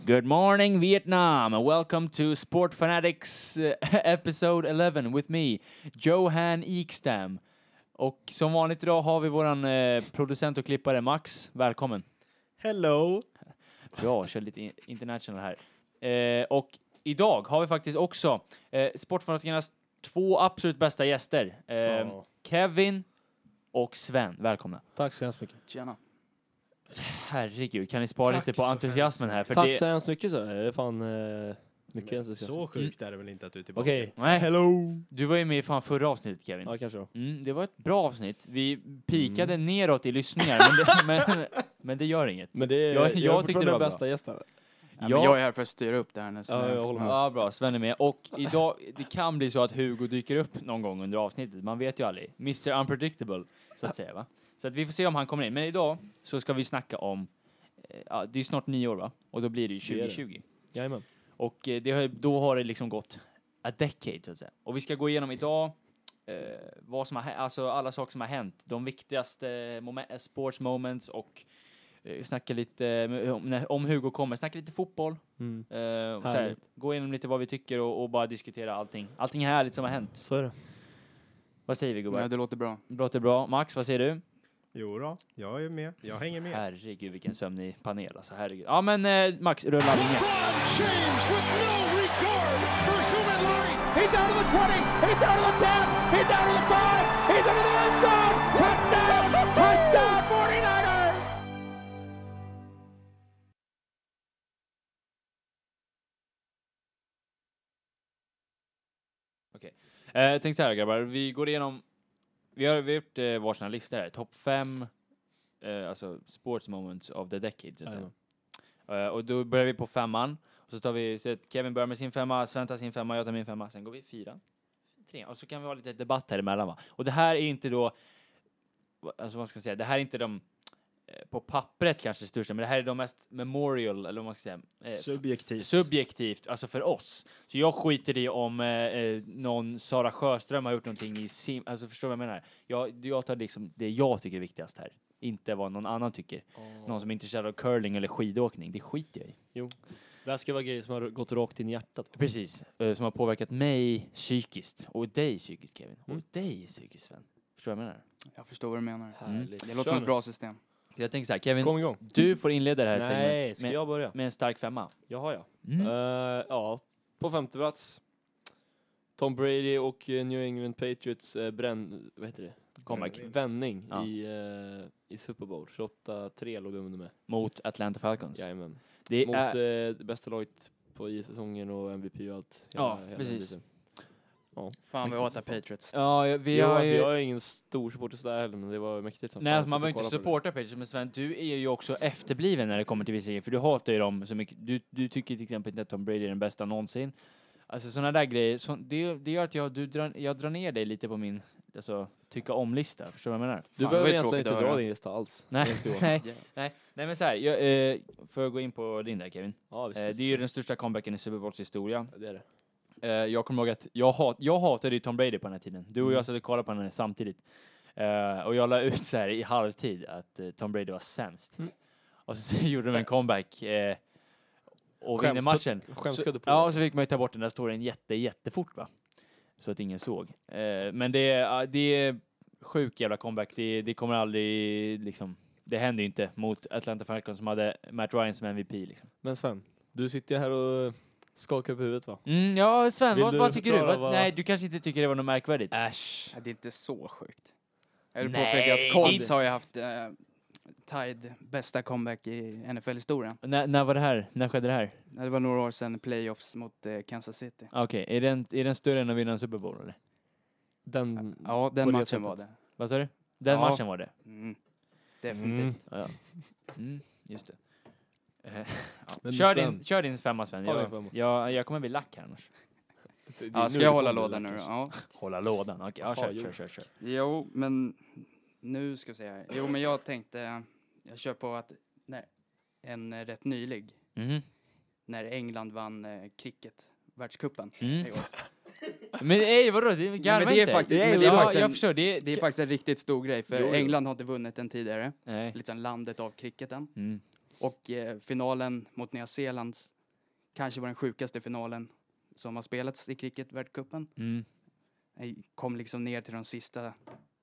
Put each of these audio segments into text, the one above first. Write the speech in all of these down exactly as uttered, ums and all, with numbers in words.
Good morning, Vietnam, and welcome to Sport Fanatics uh, episode eleven with me, Johan Ikstam. Och som vanligt idag har vi våran eh, producent och klippare Max. Välkommen. Hello. Bra, kör lite in- international här. Eh, och idag har vi faktiskt också eh, Sportfanatikernas två absolut bästa gäster. Eh, Ja. Kevin och Sven. Välkomna. Tack så hemskt mycket. Tjena. Herregud, kan ni spara Tack lite på så entusiasmen här? För Tack det... så hemskt mycket så. Det är fan eh, mycket entusiasm. Så sjukt är det väl inte att du är tillbaka? Okej. Nej, Hello. du var ju med i fan förra avsnittet, Kevin. Ja, kanske då. Mm, det var ett bra avsnitt. Vi pikade Mm. neråt i lyssningar, men det, men, men det gör inget. Men det är, Jag- jag, jag är tyckte det den var bra. bästa gästen. Ja, Ja. men jag är här för att styra upp det här nästan. Ja, jag håller med. Ja, bra. Sven är med. Och idag, det kan bli så att Hugo dyker upp någon gång under avsnittet. Man vet ju aldrig. mister Unpredictable, så att säga, va? Så att vi får se om han kommer in. Men idag så ska vi snacka om, eh, ja, det är snart nio år, va? Och då blir det ju Det är det. tjugo tjugo. Jajamän. Och eh, det har, då har det liksom gått a decade, så att säga. Och vi ska gå igenom idag eh, vad som har hä- alltså alla saker som har hänt. De viktigaste momen- sports moments och eh, snacka lite eh, om, när- om Hugo kommer. Snacka lite fotboll. Mm. Eh, och så här, Härligt. gå igenom lite vad vi tycker och, och bara diskutera allting. Allting härligt som har hänt. Så är det. Vad säger vi, gubbar? Ja, det låter bra. Låter bra. Max, vad säger du? Jo då, jag är med. Jag hänger med. Herregud, vilken sömnig panel. Alltså, herregud. Ja, men eh, Max, rulla vinget. James with no regard for human life. He's down to the twenty. He's down to the ten. He's down to the five. He's into the end zone. Touchdown. Touchdown, forty-niners. Eh, jag tänkte så här, grabbar. Vi går igenom... Vi har, vi har gjort eh, varsina listor här. Topp fem, eh, alltså sports moments of the decade, så att säga. Eh, och då börjar vi på femman. Och så tar vi, så att Kevin börjar med sin femma, Sven tar sin femma, jag tar min femma. Sen går vi fyra, tre. Och så kan vi ha lite debatt här emellan, va? Och det här är inte då... Alltså vad ska jag säga? Det här är inte de... eh, På pappret kanske största, men det här är de mest memorial, eller vad man ska säga. eh, Subjektivt. Subjektivt, alltså för oss. Så jag skiter i om eh, eh, någon Sara Sjöström har gjort någonting i sim... Alltså förstår du vad jag menar? Jag, jag tar liksom det jag tycker är viktigast här. Inte vad någon annan tycker. Någon som är intresserad av curling eller skidåkning, det skiter jag i. Jo. Det här ska vara grejer som har gått rakt in i hjärtat. Precis. Eh, som har påverkat mig psykiskt. Och dig psykiskt, Kevin. Och Mm. dig psykiskt, Sven. Förstår du vad jag menar? Jag förstår vad du menar. Härligt. Det låter Kör som nu. ett bra system. Jag tänker så här, Kevin, Kom igång. du får inleda det här Nej, segmentet ska med, jag börja? med en stark femma. Jaha, ja. Mm. Eh, ja, på femte plats. Tom Brady och eh, New England Patriots eh, bränn... Vad heter det? Comeback. Vändning Ja. i, eh, i Super Bowl. tjugoåtta tre låg de under med. Mot Atlanta Falcons. Jajamän. Det Mot är... eh, det bästa laget på i säsongen och M V P och allt. Ja, Hela- hela precis. biten. Fan, vi Mäktigt hatar som fan. Patriots. Ja, jag- vi Jo, har alltså, ju... jag är ingen stor supporter sådär heller, men det var mäktigt som Nej, fan alltså, man att behöver sitta och inte kolla på supporta Patriots, men Sven, du är ju också efterbliven när det kommer till vissa grejer, för du hatar ju dem så mycket. Du, du tycker till exempel inte att Tom Brady är den bästa någonsin. Alltså sådana där grejer, så, det, det gör att jag, du drar, jag drar ner dig lite på min alltså, tycka om-lista. Förstår du vad jag menar? Du Fan, behöver det var ju egentligen tråkigt inte att dra höra. din lista alls. Nej, Tänkte jag. nej, Ja. nej, nej, men så här, jag, eh, för att gå in på din där, Kevin. Ja, visst. Eh, det är ju den största comebacken i Super Bowls historia. det är det. Eh, jag kommer ihåg att jag, hat, jag hatade ju Tom Brady på den här tiden. Du och Mm. jag satt och kollade på den här samtidigt. Eh, och jag la ut så här i halvtid att eh, Tom Brady var sämst. Mm. Och så, så gjorde de en comeback eh, och vinner Skäms- matchen. Skämskudde Så, på. ja, och så fick man ju ta bort den där storyn jätte, jättefort, va? Så att ingen såg. Eh, men det, är- det är sjuk jävla comeback. Det, det kommer aldrig, liksom, det händer ju inte mot Atlanta Falcons som hade Matt Ryan som M V P, liksom. Men Sven, du sitter här och skakar på huvudet, va? Mm, ja, Sven, Vill vad, du vad tycker du? förklara Vad, vad- Nej, du kanske inte tycker det var något märkvärdigt. Äsch. Ja, det är inte så sjukt. Jag vill Nej, påpeka att det- Colts har ju haft eh, tied bästa comeback i N F L-historien. När, när var det här? När skedde det här? Det var några år sedan playoffs mot eh, Kansas City. Okej, är, den, är den större än att vinna en Super Bowl, eller? Den... Ja, på den det matchen sättet. var det. Vad sa du? Den Ja. matchen var det? Mm. Definitivt. Ja, ja. Mm, just det. Eh, ja. Men Kör, Sven- din, kör din femma, Sven. Ta din Jag, femma. jag, jag kommer bli lack här annars. Det- det är Ja, nu ska det jag hålla kommer lådan nu bli då? lackers. Ja. Hålla lådan, okej. Ja, Jaha, kör, jo. kör, kör, kör. Jo, men nu ska vi se här. Jo, men jag tänkte, jag kör på att nej, en eh, rätt nylig, Mhm. när England vann eh, cricket, världscupen Mm. i år. Men ej, vadå? Det garva men det är inte. faktiskt- ja, men det är faktiskt jag en- förstår. Det är, Det är faktiskt en riktigt stor grej, för Jo, jo. England har inte vunnit den tidigare. Nej. Liksom landet av cricketen. Mm. Och eh, finalen mot Nya Zeeland kanske var den sjukaste finalen som har spelats i cricket-världscupen. Mm. Jag kom liksom ner till de sista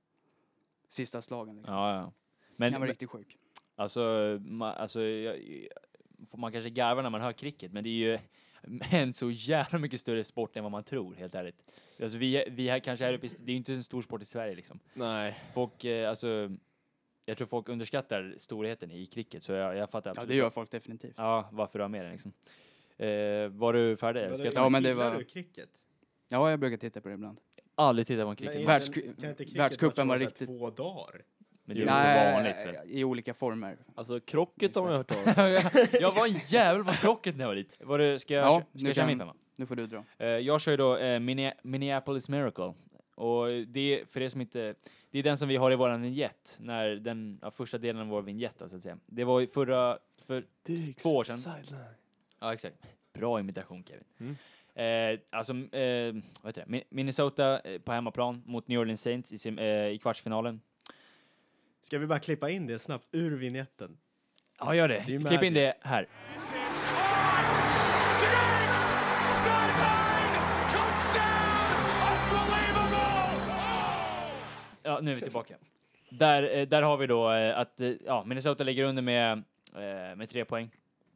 sista slagen. Liksom. Ja, ja. Men, Men, den var riktigt sjuk. alltså, ma, alltså jag, man kanske garvar när man hör cricket, men det är ju en så jävla mycket större sport än vad man tror, helt ärligt. Alltså vi, vi här kanske är uppe i, det är ju inte en stor sport i Sverige liksom. Nej. Folk, eh, alltså, jag tror folk underskattar storheten i cricket, så jag, jag fattar Ja, absolut. det gör folk definitivt. Ja, varför du har med den liksom. Eh, var du färdig? Ska jag ta- Ja, men det Gillar var- du cricket? Ja, jag brukar titta på det ibland. aldrig titta på en Men cricket. inte- Världsku- kan inte cricket världscupen matcha var så här riktigt- två dagar? Men det är ju så vanligt väl? i olika former. Alltså krocket har man hört om. Jag var en jävel på krocket när jag var dit. Var det, ska jag, Ja, ska du jag köra kan- min femma? Nu får du dra. Eh, jag kör ju då eh, Minne- Minneapolis Miracle. Och det är, för det som inte, det är den som vi har i våran vignett, när den ja, första delen av vår vignett då, så att säga. Det var ju förra, för två år sedan. Ja, exakt. Bra imitation, Kevin. Mm. Eh, alltså, eh, vad heter det? Mi- Minnesota eh, på hemmaplan mot New Orleans Saints i, sim- eh, i kvartsfinalen. Ska vi bara klippa in det snabbt ur vignetten? Ja, gör det. Det är ju Klipp in magic. det här. This is caught. Diggs! Sideline! Touchdown! Unbelievable! Ja, nu är vi tillbaka. Där, eh, där har vi då eh, att eh, ja, Minnesota ligger under med, eh, med tre poäng.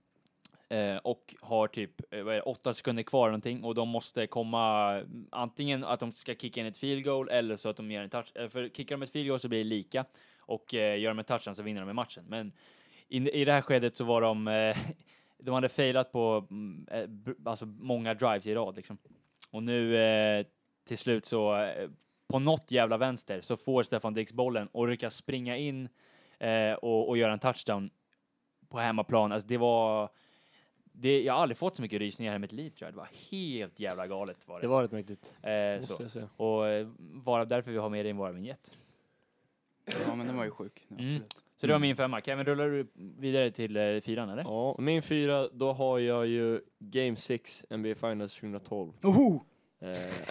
Eh, och har typ eh, vad är det, åtta sekunder kvar någonting, och de måste komma mm, antingen att de ska kicka in ett field goal eller så att de gör en touch. Eh, för kickar de ett field goal så blir det lika, och eh, gör de en touchdown så vinner de i matchen. Men in, i det här skedet så var de eh, de hade failat på mm, eh, b- alltså många drives i rad liksom. Och nu eh, till slut så eh, på något jävla vänster så får Stefan Diggs bollen och lyckas springa in eh, och, och göra en touchdown på hemmaplan. Alltså det var det, jag har aldrig fått så mycket rysningar i mitt liv, tror jag. Det var helt jävla galet var det. Det var rätt mäktigt. eh, Måste så. jag säga. Och eh, varav därför vi har med det i vår vignett. Ja, men den var ju sjuk. Ja, Mm. absolut. Så det var min femma. Kevin, rullar du vidare till eh, fyran, eller? Ja, min fyra, då har jag ju Game sex N B A Finals tjugohundratolv. Oho! Eh,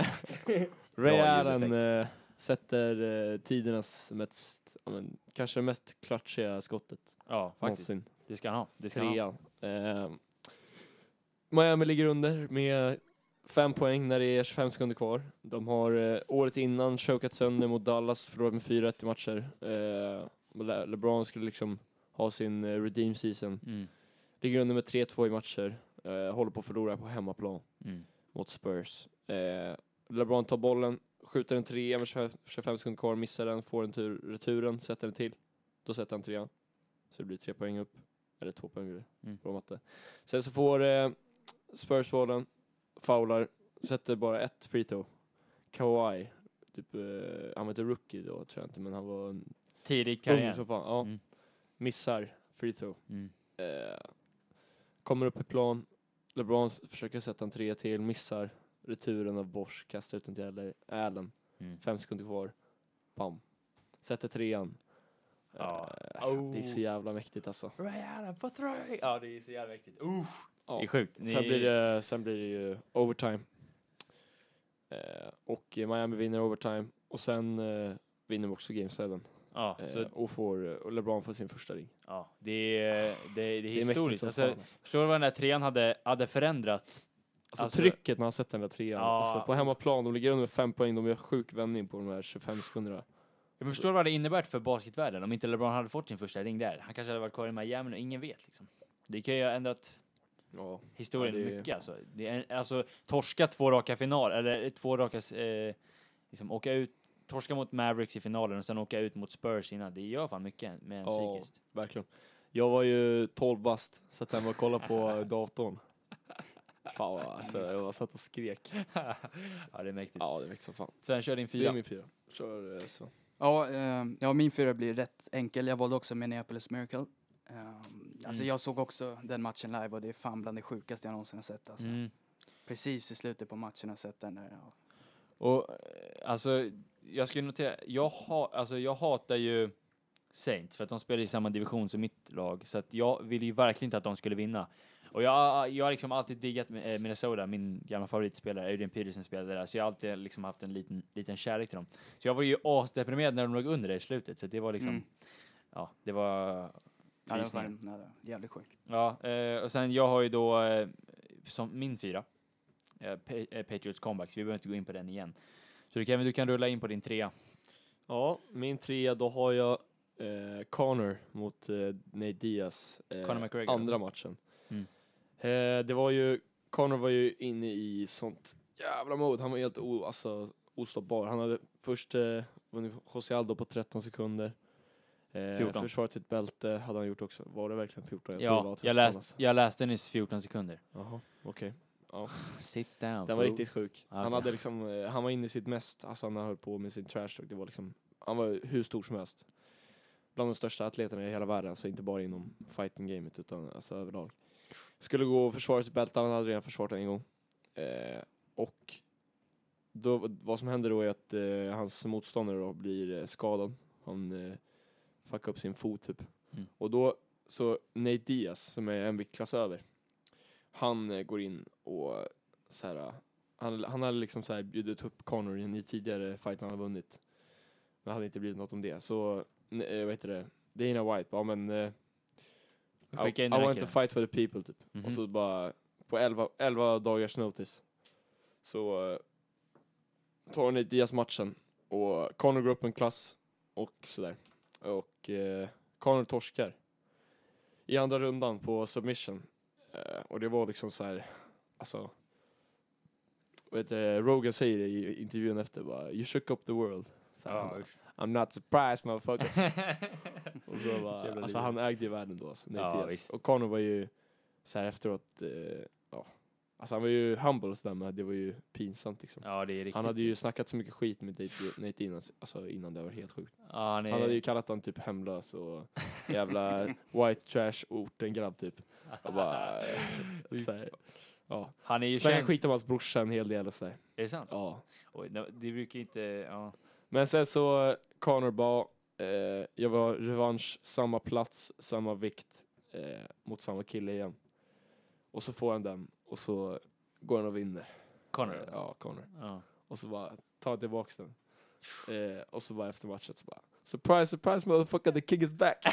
Ray Bra Allen ljudeffekt. eh, sätter eh, tidernas mest, ja, men, kanske det mest klatschiga skottet Ja, faktiskt. någonsin. Det ska han ha. Det ska han ha. Trean. Eh, Miami ligger under med fem poäng när det är tjugofem sekunder kvar. De har eh, året innan chokat sönder mot Dallas, förlorat med fyra ett i matcher. Eh, Le- LeBron skulle liksom ha sin eh, redeem season. Mm. Ligger under med tre två i matcher. Eh, håller på att förlora på hemmaplan Mm. mot Spurs. Eh, LeBron tar bollen, skjuter en trea med tjugofem, tjugofem sekunder kvar, missar den, får en tur, returen, sätter den till. Då sätter han trean. Så det blir tre poäng upp. Eller två poäng blir det. Mm. Bra matte. Sen så får eh, Spurs bollen, foular, sätter bara ett free throw. Kawhi, typ, eh, han var inte rookie då tror jag inte, men han var en Tidig ung karriär. som fan. Ja, Mm. missar free throw. Mm. Eh, kommer upp i plan. LeBron s- försöker sätta en trea till, missar. Returen av Bosch, kastar ut den till Allen. Allen. Mm. Fem sekunder kvar. Bam. Sätter trean. Ja. Eh, Det är så jävla mäktigt alltså. Ray Allen på three. Ja, det är så jävla viktigt. Uh. Ja. Det är sjukt. Ni- Sen, blir det, sen blir det ju overtime. Eh, och eh, Miami vinner overtime. Och sen eh, vinner de också Game sju. Ja, Eh, så, och, får, eh, och LeBron får sin första ring. ja, det är, det, det är mäktigt historiskt. som Alltså, fan, alltså. förstår du vad den där trean hade, hade förändrat? Alltså, Alltså- trycket när han sätter den där trean. Ja. Alltså, på hemmaplan, de ligger under med fem poäng, de gör sjuk vändning på de här tjugofem sekunderna. Jag förstår vad det innebär för basketvärlden om inte LeBron hade fått sin första ring där. Han kanske hade varit kvar i Miami och ingen vet liksom. Det kan ju ha ändrat Ja. historien Ja, det är- mycket alltså. Det är, en- alltså torska två raka final, eller två raka, eh, liksom åka ut, torska mot Mavericks i finalen och sen åka ut mot Spurs innan. Det gör fan mycket med en Ja. psykiskt. Verkligen. Jag var ju tolv bast, satt hemma och kollade på datorn. Fan vad, alltså, jag var satt och skrek. Ja, det är mäktigt. Ja, det är mäktigt som fan. Sen kör din Det är fyra. min fyra. Kör eh, så. Ja, eh, ja, min fyra blir rätt enkel. Jag valde också Minneapolis Miracle. Um, alltså Mm. jag såg också den matchen live och det är fan bland det sjukaste jag någonsin har sett. Alltså. Mm. Precis i slutet på matchen har jag sett den där. Ja. Och eh, alltså, jag skulle notera, jag, ha, alltså, jag hatar ju Saints för att de spelar i samma division som mitt lag, så att jag vill ju verkligen inte att de skulle vinna. Och jag, jag har liksom alltid diggat med, eh, Minnesota, min gamla favoritspelare, Adrian Peterson spelade där, så jag har alltid liksom haft en liten, liten kärlek till dem. Så jag var ju asdeprimerad när de låg under det i slutet, så det var liksom, Mm. ja, det var... Ja, det var Rysningar. fan, ja, det var jävligt sjuk. Ja, eh, och sen jag har ju då eh, som min fyra eh, Pa- eh, Patriots comebacks. Vi behöver inte gå in på den igen. Så du kan, du kan rulla in på din trea. Ja, min trea, då har jag eh, Connor mot eh, Nate Diaz. Eh, Conor McGregor, andra alltså. matchen. Mm. Eh, det var ju, Connor var ju inne i sånt jävla mode. Han var helt o, alltså, ostoppbar. Han hade först eh, vunnit Jose Aldo på tretton sekunder. Eh, fjorton. Försvarat sitt bälte hade han gjort också. Var det verkligen fjorton? Jag tror det var Ja, tretton, jag, läst, alltså. jag läste nyss fjorton sekunder. Jaha, okej. Ja. Sit down. Den var fool. riktigt sjuk. Okej. Han hade liksom, eh, han var inne i sitt mest, alltså han höll på med sin trash talk. Det var liksom, han var hur stor som helst. Bland de största atleterna i hela världen, så inte bara inom fighting-gamet utan alltså överlag. Skulle gå och försvara sitt bälte, han hade redan försvarat den en gång. Eh, och då, vad som händer då är att eh, hans motståndare då blir eh, skadad. Han eh, fuckar upp sin fot typ. Mm. Och då, så Nate Diaz, som är en viktklass över, han eh, går in och så här, han, han hade liksom så här bjudit upp Conor i en i tidigare fight han hade vunnit. Men det hade inte blivit något om det. Så, eh, vad heter det? Dana White, ja men... Eh, I, Skicka I in den här want to killen. fight for the people, typ. Mhm. Och så bara, på elva, elva dagars notice, så eh, tar Nate Diaz matchen. Och Conor går upp en klass, och sådär. Och eh, Conor torskar i andra rundan på submission. Eh, och det var liksom så här, alltså... Vet du, Rogan säger det i intervjun efter, bara, you shook up the world. Så här, Ja, han bara, I'm not surprised, motherfuckers. Och så bara, Jävla alltså liv. han ägde ju världen då, alltså, Nate Ja, Diaz. visst. Och Conor var ju så här efteråt, eh, ja, alltså han var ju humble och sådär, men det var ju pinsamt liksom. Ja, det är riktigt. Han hade ju snackat så mycket skit med Nate, Nate Diaz, alltså innan, det var helt sjukt. Ja, han, är... Han hade ju kallat han typ hemlös och jävla white trash orten grabb typ. Och bara, eh, så här, ja. han är ju Snacka känd. skit om hans brorsa en hel del och sådär. Är det sant? Ja. Oj, det det brukar inte... Ja. Men sen så, Conor bara, eh, jag var revansch, samma plats, samma vikt, eh, mot samma kille igen. Och så får han den, och så går han och vinner. Conor? Eh, ja, Conor. Ja. Och så bara tar han tillbaks den. Eh, och så bara efter matchen så bara, surprise, surprise motherfucker, the king is back.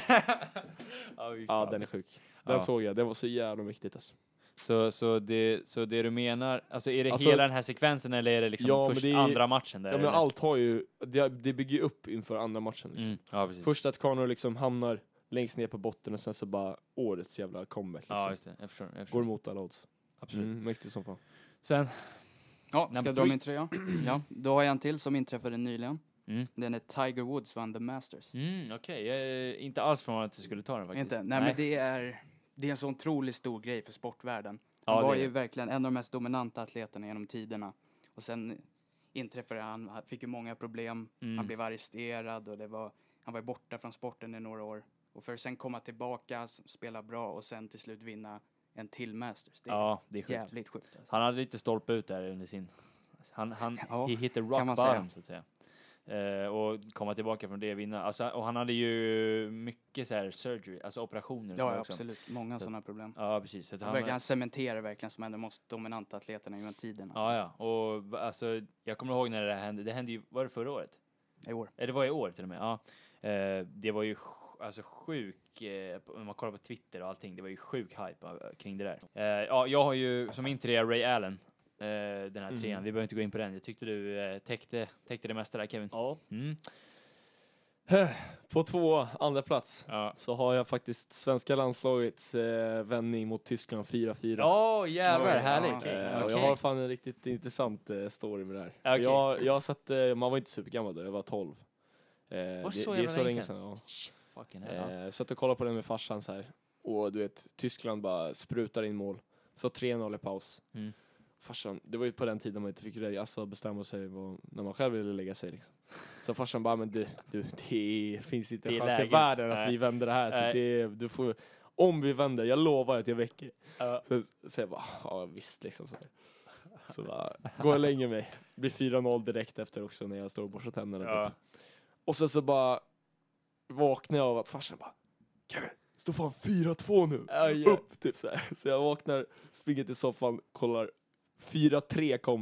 Ja, fy Ja, fan. den är sjuk. Den Ja. såg jag, det var så jävla viktigt alltså. Så, så, det, så det du menar, alltså är det Alltså- hela den här sekvensen eller är det liksom Ja, men först det är- andra matchen där? Ja, men eller? allt har ju, det, det bygger ju upp inför andra matchen liksom. Mm. Ja, precis. Först att Conor liksom hamnar längst ner på botten och sen så bara årets jävla comeback liksom. Ja, just det. Jag förstår. Jag Går förstår. emot alla odds. Absolut. Mm, mäktigt som fan. Sven? Ja, Number ska jag dra three. min trea? Ja, då har jag en till som inträffade nyligen. Mm. Den är Tiger Woods vann The Masters. Mm, Okej, jag är inte alls från att du skulle ta den faktiskt. Inte? Nej, men det är, det är en så otroligt stor grej för sportvärlden. Han Ja, var det är ju det. verkligen en av de mest dominanta atleterna genom tiderna. Och sen inträffade han, han fick ju många problem. Mm. Han blev arresterad och det var, han var ju borta från sporten i några år. Och för att sen komma tillbaka, s- spela bra och sen till slut vinna en till Masters. Det är Ja, det är sjukt. jävligt sjukt. Alltså. Han hade lite stolpe ut där under sin... Han, han Ja, he hit the rock kan man bottom, säga. så att säga. Eh, och komma tillbaka från det, vinna. Alltså, och han hade ju mycket så här surgery, alltså operationer och så Ja, ja, också. absolut. Många Så- sådana problem. Ja, precis. Så att Han, han, verkar, han cementerar verkligen som en av de mest dominanta atleterna genom tiderna. ja, ja. Och va- alltså, jag kommer ihåg när det här hände. Det hände ju, var det förra året? I år. Eh, det var i år till och med, ja. Eh, det var ju sj- alltså sjuk, eh, på- om man kollar på Twitter och allting, det var ju sjuk hype eh, kring det där. Eh, ja, jag har ju som min trea Ray Allen, eh, den här Mhm. trean. Vi behöver inte gå in på den. Jag tyckte du eh, täckte, täckte det mesta där, Kevin. Ja. Mm. På två andra plats Ja. så har jag faktiskt svenska landslagets eh, vändning mot Tyskland fyra fyra. Åh, jävlar, Oj, härligt. ja. Eh, och Okej. jag har fan en riktigt intressant eh, story med det här. För Okej. jag, jag satt, eh, man var inte supergammal då, jag var tolv. Eh, det, Var det så det är jävla så länge länge sedan? sedan, ja. Fucking hell. ja. Eh, satt och kollade på den med farsan så här. Och du vet, Tyskland bara sprutar in mål. Så tre noll i paus. Mm. Farsan, det var ju på den tiden man inte fick det, alltså bestämma sig vad, när man själv ville lägga sig liksom. Så farsan bara, men du, du det finns inte Det är en chans i läge. världen att Nej. vi vänder det här. Så Nej. det, du får, om vi vänder, jag lovar att jag väcker. Ja. Så, så jag bara, ja visst liksom så här. Så bara, går och lägger mig. Blir fyra noll direkt efter också när jag står och borstar tänderna Ja. typ. Och sen så bara vaknar jag av att farsan bara, Kevin, står fan fyra två nu. Aj, aj. Upp typ så här. Så jag vaknar, springer till soffan, kollar, fyra tre kommer.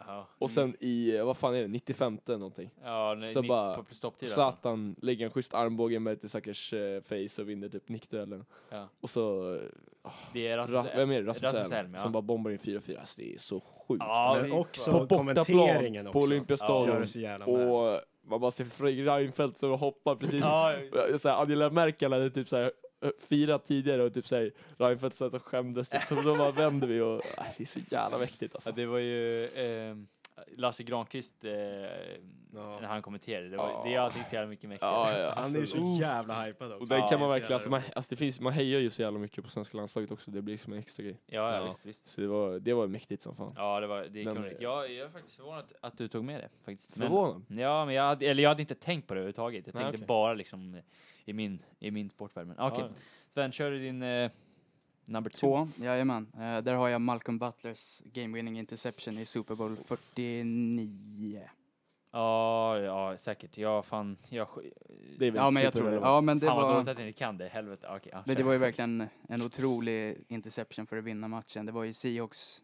Ja. Och sen i, vad fan är det, nittiofem någonting. Ja, nej, Så ni, bara på stopptid. Zlatan lägger en schysst armbåge med till Sakers eh, face och vinner typ nickduellen. Ja. Och så, eh, Det är Ra- vem är det? Rasmus, Rasmus Elm, Elm, ja. som bara bombar in fyra fyra. Alltså, det är så sjukt. Ja, Men det- också På kommenteringen bortaplan också. på Olympiastadion. Gör det så jävla med. Och man bara ser Fredrik Reinfeldt som hoppar precis. Ja, just. Så här, Angela Merkel hade typ så här firat tidigare och typ så här, Reinfeldt satt och skämdes typ. Så då bara vänder vi och äh, det är så jävla mäktigt alltså. Ja, det var ju eh, Lasse Granqvist eh, Ja. när han kommenterade. Det, var, Ja. det är alltid så jävla mycket mäktigare. Ja, ja, Han är ju alltså, så uh. jävla hypad också. Och den Ja, kan man det är så verkligen, alltså, jävla man, alltså det finns, man hejar ju så jävla mycket på svenska landslaget också, det blir liksom en extra grej. Ja, ja, Ja. visst, visst. Så det var, det var mäktigt som fan. Ja, det var det är Men- kunnigt. Jag, jag är faktiskt förvånad att du tog med det faktiskt. Men, Förvånad? ja, men jag hade, eller jag hade inte tänkt på det överhuvudtaget. Jag Nej, tänkte okej. bara liksom i min i min sportvärld. Men okej. Ja, ja. Sven, kör du din eh, number two? Två, jajamän. Uh, där har jag Malcolm Butlers game-winning interception i Super Bowl fyrtionio. Ja, ja, säkert. Ja, fan. Jag, Det är väl Ja, men jag tror det. superrelevant. Ja, men det fan vad var... dåligt att jag inte kan det. Helvete. Okej, ja, Men kör. det var ju verkligen en otrolig interception för att vinna matchen. Det var ju Seahawks...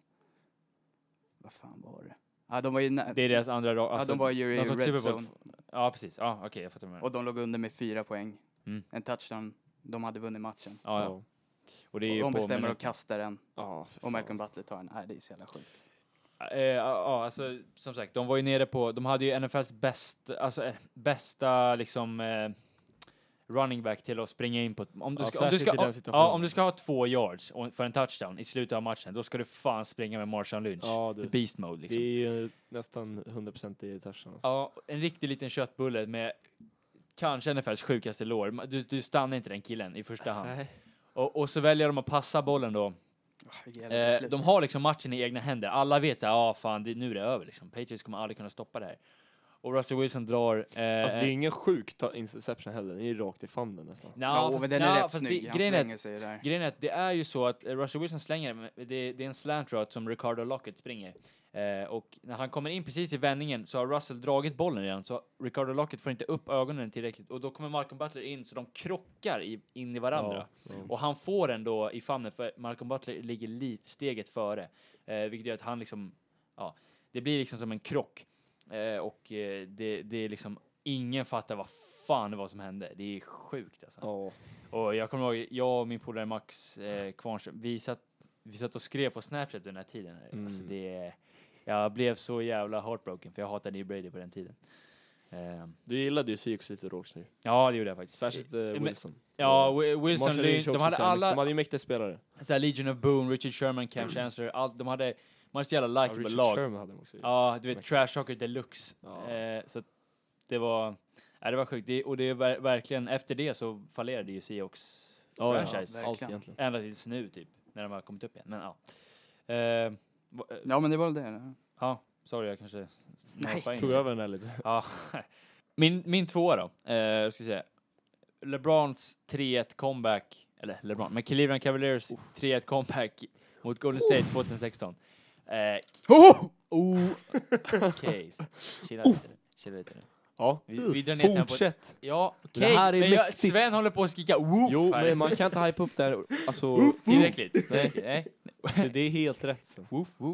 Vad fan var det? Ja, de var ju... Nä- Det är deras andra ro- ja, alltså, de var ju i de kom till red Super Bowl. zone. Ja, precis. Ja, okej, jag fattar vad du menar. Och de låg under med fyra poäng. Mm. En touchdown. De hade vunnit matchen. Ja, ja. Och det är Och ju de på bestämmer minut- att kasta den. Ja, för Och fan. Malcolm Butler tar den. Nej, det är så jävla sjukt. Eh, ja, ja, alltså som sagt, de var ju nere på, de hade ju N F L:s bästa, alltså eh, bästa liksom eh, running back till att springa in på. Om du Ja, ska, om du särskilt ska, i den ja, situationen. om du ska ha två yards och- för en touchdown i slutet av matchen, då ska du fan springa med Marshawn Lynch. Ja, The du. beast mode liksom. Det är ju nästan hundra procent i touchen. Alltså. Ja, en riktig liten köttbulle med kanske N F L:s sjukaste lår. Du, du stannar inte den killen i första hand. Nej. Och, och så väljer de att passa bollen då. Oh, vilket jävla Eh, beslut. de har liksom matchen i egna händer. Alla vet så här, ja ah, fan, det, nu är det över liksom. Patriots kommer aldrig kunna stoppa det här. Och Russell Wilson drar... Eh, Alltså det är ingen sjuk ta- interception heller, det är rakt i famnen nästan. nja, Ja, fast, men den nja, är rätt fast snygg. det, Han grejen, är slänger att, sig där. grejen är att det är ju så att eh, Russell Wilson slänger, men det, det är en slant route som Ricardo Lockett springer. Eh, och när han kommer in precis i vändningen så har Russell dragit bollen redan, så Ricardo Lockett får inte upp ögonen tillräckligt. Och då kommer Malcolm Butler in, så de krockar i, in i varandra. Ja, ja. Och han får den då i famnen, för Malcolm Butler ligger lite steget före. Eh, vilket gör att han liksom, ja, det blir liksom som en krock. Eh, och eh, det, det är liksom, ingen fattar vad fan det var som hände. Det är sjukt alltså. Ja. Och jag kommer ihåg, jag och min polare Max eh, Kvarnström, vi satt, vi satt och skrev på Snapchat den här tiden. Mm. Alltså det, jag blev så jävla heartbroken, för jag hatade Neil Brady på den tiden. Eh, Du gillade ju Seahawks lite Råks nu. ja, det gjorde jag faktiskt. Särskilt eh, Men- Wilson. Ja, Och Wi- Wilson, Marshall Lynch, Lynch de också hade så här, alla, De hade ju mäktiga spelare. så här, Legion of Boom, Richard Sherman, Cam Chancellor, allt, de hade, de hade så jävla Ja, likeable Richard lag. Sherman hade de också. Ja, du vet, Mäktigt. trash talker deluxe. Ja. Eh, så att det var, ja, det var sjukt. Det, och det är ver- verkligen, efter det så fallerade ju Seahawks Ja, ja, franchise. allt verkligen. egentligen. Ända tills nu typ, när de har kommit upp igen. Men ja. Eh, va- eh, Ja, men det var väl det. ja, sorry, jag kanske Nej, nöpade in Tog det. över den där lite. Ja. Min, min tvåa då, eh, jag ska säga. LeBrons tre ett comeback, eller LeBron, men Cleveland Cavaliers tre ett comeback mot Golden State tjugohundrasexton. Eh, Oh! oh. Okej, chilla lite. Chilla lite nu. Ja, Vi, vi drar ner tempot. fortsätt. Ja, Det okej. här är Men jag, mäktigt. Sven håller på att skrika woof Jo, här. men man kan inte hypa upp det här. Alltså, Tillräckligt. Nej, nej. så det är helt rätt. Så. Woof, woof.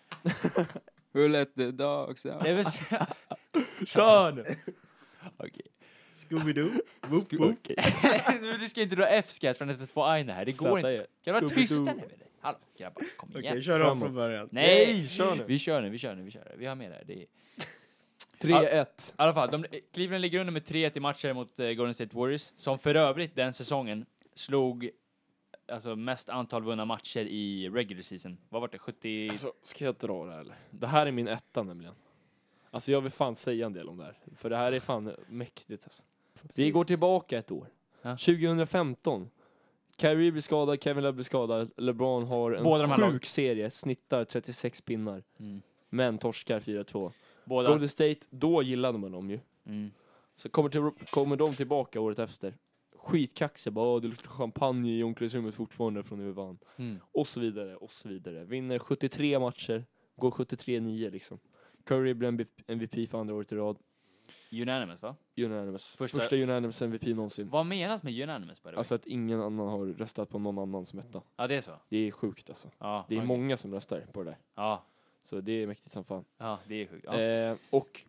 Who let the dogs out? Jag vill säga- Kör nu! Okej. Scooby-Doo. Whoop, whoop. Nu, du ska inte dra F-skat från ett två Aina här. Det går inte. Kan du vara tysta nu eller? Hallå, grabbar, kom igen. Okej, kör om Framåt. från början. Nej, kör nu. Vi kör nu, vi kör nu, vi kör. Vi har med det här. Det är... tre ett. I alla fall, de, Cleveland ligger under med tre ett i matcher mot eh, Golden State Warriors, som för övrigt den säsongen slog alltså mest antal vunna matcher i regular season. Vad var det? sjuttio? Alltså, ska jag dra det här eller? Det här är min etta nämligen. Alltså jag vill fan säga en del om det här. För det här är fan mäktigt alltså. Vi går tillbaka ett år. Ja. tjugohundrafemton. Kyrie blir skadad, Kevin Love blir skadad. LeBron har en Båda de här sjuk lag- serie, snittar trettiosex pinnar. Mm. Men torskar fyra två. Båda. Golden State, då gillade man dem ju. Mm. Så kommer, till, kommer de tillbaka året efter. Skitkaxiga, bara "Åh, det luktar champagne i omklädningsrummet fortfarande från när vi vann." Mm. Och så vidare, och så vidare. Vinner sjuttiotre matcher, går sjuttiotre nio liksom. Curry blir M V P för andra året i rad. Unanimous, va? Unanimous. Första- Första, unanimous M V P någonsin. Vad menas med unanimous? By the way? Alltså att ingen annan har röstat på någon annan som etta. Ja, det är så. Det är sjukt alltså. Ja, Det är okej. många som röstar på det där. Ja. Så det är mäktigt som fan. Ja, det är sjukt. Ja. Eh, och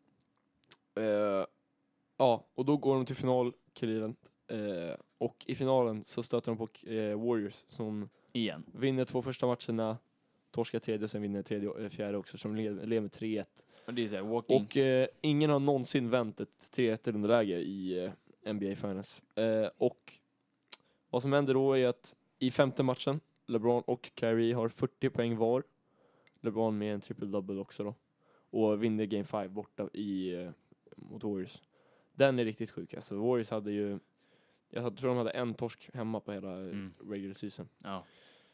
eh, ja, och då går de till final, Cleveland. Eh, och i finalen så stöter de på eh, Warriors som Igen. vinner två första matcherna, torskar tredje och sen vinner tredje, fjärde också, som leder med tre ett. Och det är så här, walking. Och eh, ingen har någonsin vänt ett tre ett underläge i eh, N B A Finals. Eh, och vad som händer då är att i femte matchen, LeBron och Kyrie har fyrtio poäng var. LeBron med en triple-double också då. Och vinner game fem borta i, eh, mot Warriors. Den är riktigt sjuk. Alltså, Warriors hade ju, jag tror de hade en torsk hemma på hela Mm. regular season. Ja.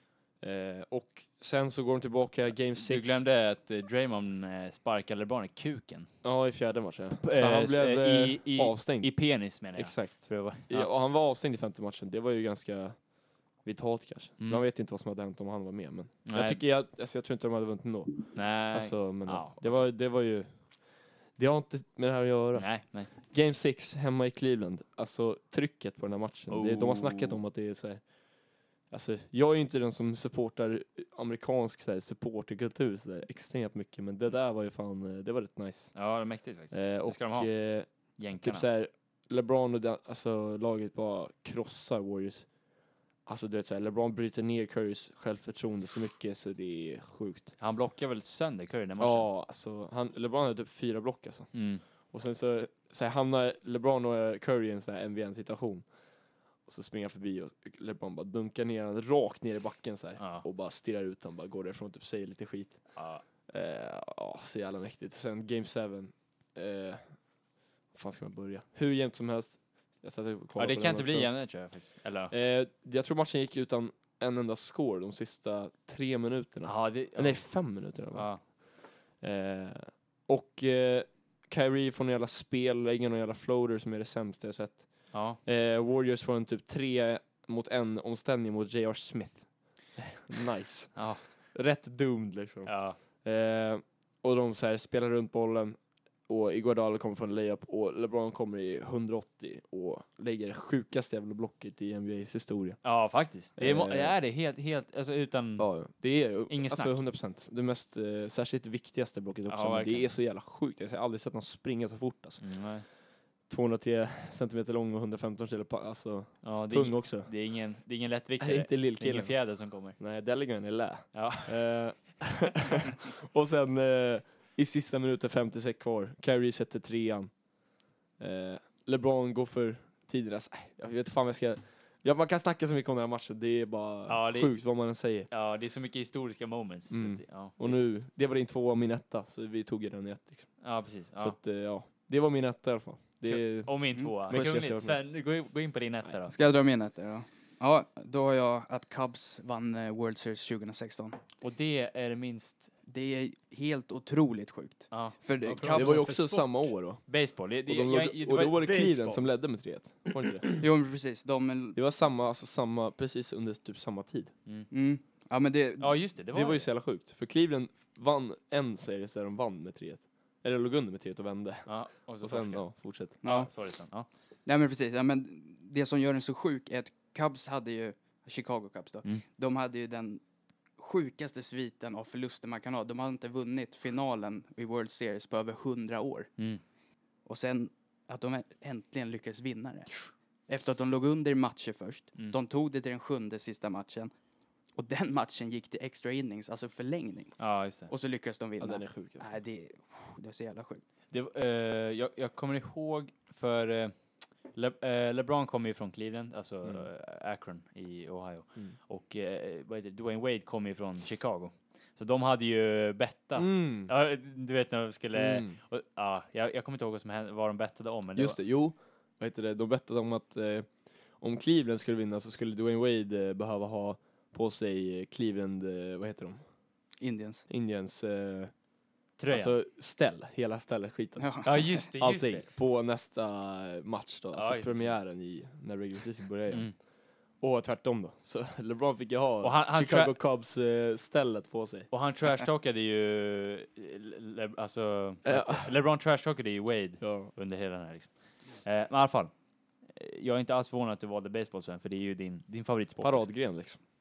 Eh, och sen så går de tillbaka game Du sex. glömde att eh, Draymond eh, sparkade LeBron i kuken. Ja, i fjärde matchen. Så Eh, han s- blev eh, eh, i, i, avstängd. I penis menar jag. Exakt. Tror jag var. Ja. Och han var avstängd i femte matchen. Det var ju ganska vitalt kanske. Mm. Man vet inte vad som hade hänt om han var med. Men Nej. jag tycker jag, alltså jag tror inte de hade vunnit ändå. Nej. Alltså, men Ja. det, var, det var ju... Det har inte med det här att göra. nej, nej. Game sex hemma i Cleveland. Alltså trycket på den här matchen. Det, de har Oh. snackat om att det är så här. Alltså, jag är ju inte den som supportar amerikansk så här, supporterkultur så där, extremt mycket. Men det där var ju fan, eh, det var rätt nice. Ja, det är mäktigt faktiskt. Eh, det och ska de ha. eh, Jänkarna. typ så här, LeBron och den, alltså, laget bara krossar Warriors. Alltså du vet så här, LeBron bryter ner Currys självförtroende så mycket så det är sjukt. Han blockar väl sönder Curry den matchen? Ja, alltså han, LeBron hade typ fyra block alltså. Mm. Och sen så, så här, hamnar LeBron och eh, Curry i en sån här M V N-situation. Och så springer han förbi och LeBron bara dunkar ner han rakt ner i backen så här. Ja. Och bara stirrar ut han, bara går därifrån och typ säger lite skit. Ja. Eh, Ja, så jävla mäktigt. Och sen Game sju. Eh, vad fan ska man börja? Hur jämnt som helst. Jag satt och kollade ja, det på kan den inte bli också. jämnare tror jag faktiskt. Eller? Eh, jag tror matchen gick utan en enda score de sista tre minuterna. Ja, det... Eh, Nej, fem minuter. Va? Ja. Eh, och eh, Kyrie får någon jävla spel, lägger någon jävla floater som är det sämsta jag sett. Ja. Eh, Warriors får en typ tre mot en omställning mot J R Smith. Nice. Ja. Rätt doomed liksom. Ja. Eh, och de så här spelar runt bollen. Och Iguodala kommer från layup och LeBron kommer i hundraåttio och lägger det sjukaste jävla blocket i N B A:s historia. Ja, faktiskt. Det är, må- Eh. det är det helt, helt, alltså utan... Ja, det är Inget alltså snack. hundra procent. Det mest, eh, särskilt viktigaste blocket också. Ja, men det verkligen. är så jävla sjukt. Jag har aldrig sett någon springa så fort alltså. Mm, nej. tvåhundratre centimeter lång och hundrafemton kilo, pa- alltså Ja, det, tung är, också. det är ingen, det är ingen lättvikt. Det är inte Det är ingen lillkillen. fjäder som kommer. Nej, Deligan är lä. Ja. Eh, och sen eh, i sista minuten, femtiosex kvar, Kyrie sätter trean. Eh, LeBron går för tidernas, äh, jag vet fan vad jag ska... Ja, man kan snacka så mycket om den här matchen, det är bara Ja, det- sjukt vad man än säger. Ja, det är så mycket historiska moments. Mm. Så att, det- ja. Och nu, det var din tvåa, min etta, så vi tog ju den i ett. Liksom. ja, precis. Så Ja. att, eh, ja, det var min etta i alla fall. Det är, Och min Mm. tvåa. Men Kungligt. jag ska- Sven, gå in, gå in på din etta då. Ska jag dra min etta då? Ja, då har jag att Cubs vann eh, World Series tjugohundrasexton. Och det är det minst... Det är helt otroligt sjukt. Ja. För det, Ja, Cubs, bra. det var ju för också sport. samma år då. Baseball. Det, det, Och, de jag, låg, det och då var det baseball. Cleveland som ledde med tre ett. Var det inte det? jo men precis, de... Det var samma, alltså samma, precis under typ samma tid. Mm. Mm, ja men det... Ja, just det. Det var, Det var ju så jävla sjukt. För Cleveland vann en serie så där de vann med tre ett. Eller låg under med tre ett och vände. Ja, och så Och sen, torskade. ja, fortsätt. Ja, Ja. sorry Sven. Ja. Nej men precis, ja, men det som gör den så sjuk är att Cubs hade ju, Chicago Cubs då, Mm. de hade ju den sjukaste sviten av förluster man kan ha. De hade inte vunnit finalen i World Series på över hundra år. Mm. Och sen att de äntligen lyckades vinna det. Efter att de låg under i matcher först. Mm. De tog det till den sjunde sista matchen. Och den matchen gick till extra innings, alltså förlängning. Ja, just det. Och så lyckades de Ja, vinna. den är sjuk alltså. Nej, det, är- det är så jävla sjukt. det var, eh, jag, jag kommer ihåg för eh, Le, eh, LeBron kommer ju från Cleveland, alltså Mm. eh, Akron i Ohio. Mm. Och eh, vad heter det? Dwayne Wade kommer ju från Chicago. Så de hade ju bettat. Mm. Ja, du vet när de skulle... Mm. Och, ja, jag, jag kommer inte ihåg vad, som hände, vad de bettade om. Men Just det. det, jo. Vad heter det? De bettade om att eh, om Cleveland skulle vinna så skulle Dwayne Wade eh, behöva ha på sig eh, Cleveland, eh, vad heter de? Indians. Indians, eh, Tröjan. alltså ställ, hela stället, skiten. Ja. ja, just det. Just Allting det. på nästa match då, Ja, alltså just det. premiären i, när regular season börjar igen. Mm. Och tvärtom då. Så LeBron fick ju ha Och han- han Chicago Cubs eh, stället på sig. Och han trashtalkade ju... Le, alltså... Ja. LeBron trashtalkade ju Wade Ja. under hela den här liksom. Eh, men i alla fall. eh, Jag är inte alls förvånad att du valde baseball, Sven, för det är ju din, din favoritsport. Paradgren liksom.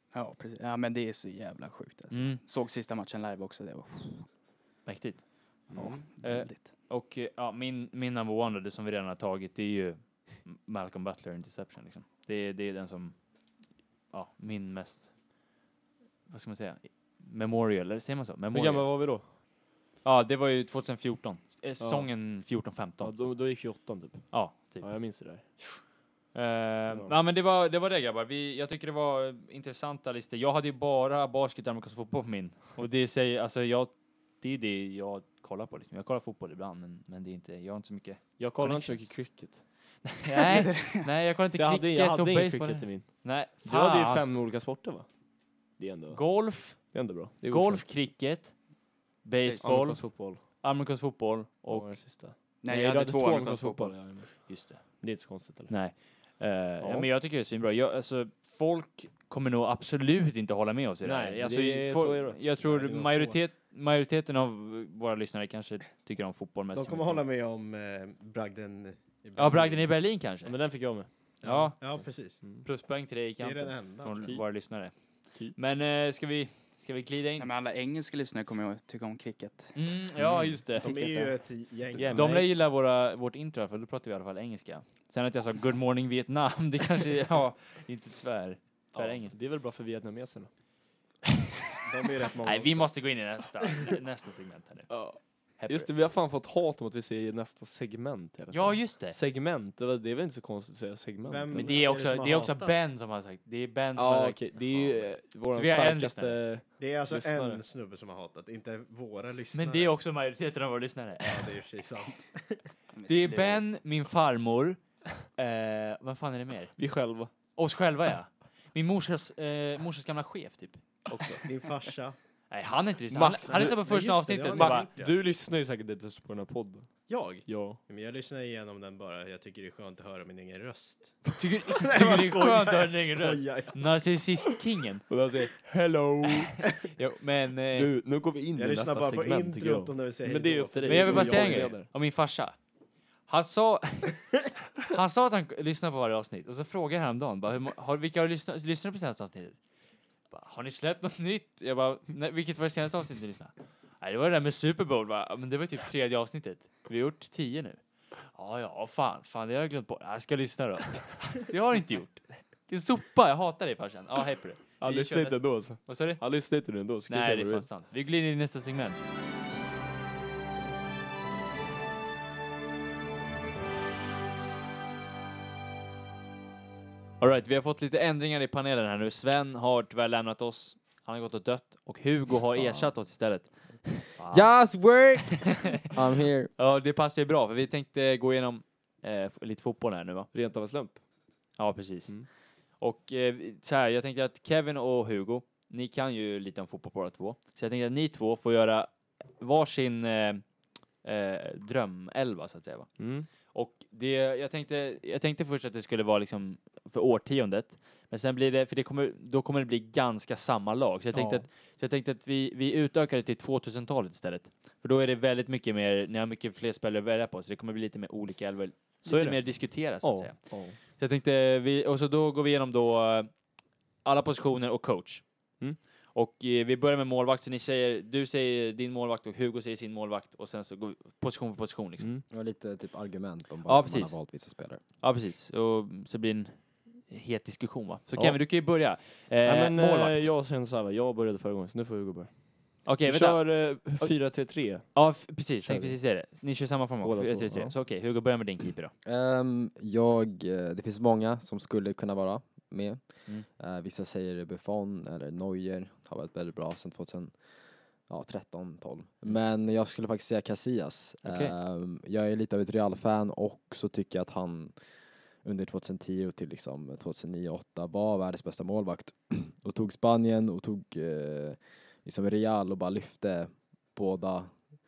Ja, precis. Ja, men det är så jävla sjukt. Alltså. Mm. Såg sista matchen live också. Det var Mäktigt. ja, Mm. väldigt. Och eh, ja, min, min number one, det som vi redan har tagit, det är ju Malcolm Butler interception. Liksom. Det, är, det är den som, ja, min mest, vad ska man säga, memorial, eller säger man så? Hur Memorial. gamla var vi då? Ja, det var ju tjugohundrafjorton. Eh, säsongen fjorton femton. Ja, då, då gick ju åttan typ. Ja, typ. Ja, jag minns det där. Uh, ja. men det var det var det grabbar. Vi, jag tycker det var intressanta listor. Jag hade ju bara basket och amerikansk fotboll på min. Och det säger, alltså jag, det är det jag kollar på liksom. Jag kollar fotboll ibland, men, men det är inte, jag har inte så mycket. Jag kollar inte så Connections. mycket cricket. nej, nej, jag kollar inte Så jag hade, cricket jag hade och ingen baseball. cricket i min. Nej, Du hade ju fan. fem olika sporter va? Det är ändå, Golf, det är ändå bra. Det är golf, godkänt. cricket, baseball, Amerikansk fotboll. amerikansk fotboll Och och det sista. Nej, jag hade två amerikansk amerikansk fotboll. Ja, men just det. det är inte så konstigt eller? Nej. Uh, ja. Men jag tycker det är svinbra. Jag, alltså, folk kommer nog absolut inte hålla med oss i det Nej, här. Alltså, det är- folk- så är det. Jag tror Nej, det är nog majoritet, majoriteten av våra lyssnare kanske tycker om fotboll mest. De kommer hålla med om eh, bragden i Berlin. Ja, bragden i Berlin kanske. Ja, men den fick jag med. Ja. Ja, precis. Pluspoäng till dig i Det är kanten den enda. från Typ. våra lyssnare. Typ. Men uh, ska vi ska vi glida in? Nej, men alla engelska lyssnare kommer jag tycka om cricket. Mm, ja, just det. De är ju ett gäng. Ja, De men- lär gilla våra, vårt intro i alla fall, då pratar vi i alla fall engelska. Sen att jag sa good morning Vietnam, det kanske, ja, inte tvär, tvär Ja, engelska. det är väl bra för vietnameserna. De är ju rätt många Nej, vi också. måste gå in i nästa, nästa segment här nu. Ja. Happy. Just det, vi har fan fått hat om att vi säger nästa segment hela Ja, tiden. just det. Segment, det, var, det är väl inte så konstigt att säga segment? Vem- Men eller? det är är det också, som har det är också hatat? Ben som har sagt, det är Ben som har Ja, sagt. okej. Det är ju eh, våran Så vi har en starkaste... Det är alltså lyssnare. en snubbe som har hatat, inte våra lyssnare. Men det är också majoriteten av våra lyssnare. Ja, det är ju precis sant. Det är Ben, min farmor, eh, vad fan är det mer? Vi själva. Oss själva, ja. Min morsas, eh, morsas gamla chef, typ. Också. Din farsa. Nej, han är inte lyssnat. Han, Max, han lyssnade på Nej, första just det, det avsnittet. har Så ni bara, gjort. Ja. Du lyssnar ju säkert inte på den här podden. Jag? Ja. Men jag lyssnar igenom den bara. Jag tycker det är skönt att höra min egen röst. tycker tycker det är skönt att höra din egen röst? Skojar. Narcissist-kingen. Och då säger hello. Jo, men, eh, Du, nu går vi in Jag i lyssnar nästa bara på segment tycker introt jag. om när vi säger Men det är hejdå. upp till dig. men jag vill bara Och säga en är grej ledare. om min farsa. Han sa, han sa att han lyssnar på varje avsnitt och så frågade jag häromdagen, bara, hur, må- har, vilka har lyssnat, lyssnat på senaste avsnittet? Bara, har ni släppt något nytt? Jag bara, nej, vilket var det senaste avsnittet ni lyssnade? Nej, det var det där med Super Bowl, va? Ja, men det var typ tredje avsnittet. Vi har gjort tio nu. Ja, ja, fan, fan, det har jag glömt på. Jag ska lyssna då. Det har jag inte gjort. Det är en sopa, jag hatar dig farsan. Ja, hej på det. Han Vi lyssnar kör inte nästa- ändå. Så. Vad sa du? Han lyssnar inte nu ändå. Så kan Nej, jag det köra är vad fan sant. Vi glider in i nästa segment. All right, vi har fått lite ändringar i panelen här nu. Sven har tyvärr lämnat oss. Han har gått och dött. Och Hugo har ersatt oss istället. Just work! I'm here. Ja, det passar ju bra, för vi tänkte gå igenom eh, f- lite fotboll här nu, va? Rent av en slump. Ja, precis. Mm. Och eh, så här, jag tänkte att Kevin och Hugo, ni kan ju lite om fotboll båda två. Så jag tänkte att ni två får göra varsin eh, eh, drömelva, så att säga, va? Mm. Och det, jag tänkte, jag tänkte först att det skulle vara liksom för årtiondet. Men sen blir det, för det kommer, då kommer det bli ganska samma lag. Så jag tänkte Ja. att, så jag tänkte att vi, vi utökar det till tvåtusentalet istället. För då är det väldigt mycket mer, ni har mycket fler spelare att välja på. Så det kommer bli lite mer olika elvor. Så är Lite det. mer diskutera, så att Ja. säga. Ja. Så jag tänkte, vi, och så då går vi igenom då eh, alla positioner och coach. Mm. Och eh, vi börjar med målvakt, så ni säger, du säger din målvakt och Hugo säger sin målvakt. Och sen så går vi position för position liksom. Mm. Det var lite typ argument om Ja, varför man precis. har valt vissa spelare. Ja, precis. Och så blir det en het diskussion, va? Så Ja. Kevin, du kan ju börja. Eh, Nej, men, målvakt. eh, jag känner såhär, jag började förra gången så nu får Hugo börja. Okej, Vi vänta. kör eh, fyra tre tre. Ja, f- precis. Kör Tänk vi. precis säga det. Ni kör samma format. Båda fyra, två, tre, tre. ja. Så okej, Hugo, börja med din keeper då. Ehm, jag, eh, det finns många som skulle kunna vara med. Mm. Eh, vissa säger Buffon eller Neuer har varit väldigt bra sedan tjugotretton tolv. Men jag skulle faktiskt säga Casillas. Okej. Ehm, jag är lite av ett Real-fan och så tycker jag att han under tjugohundratio till liksom tjugohundranio åtta var världens bästa målvakt. Och tog Spanien och tog eh, liksom Real och bara lyfte båda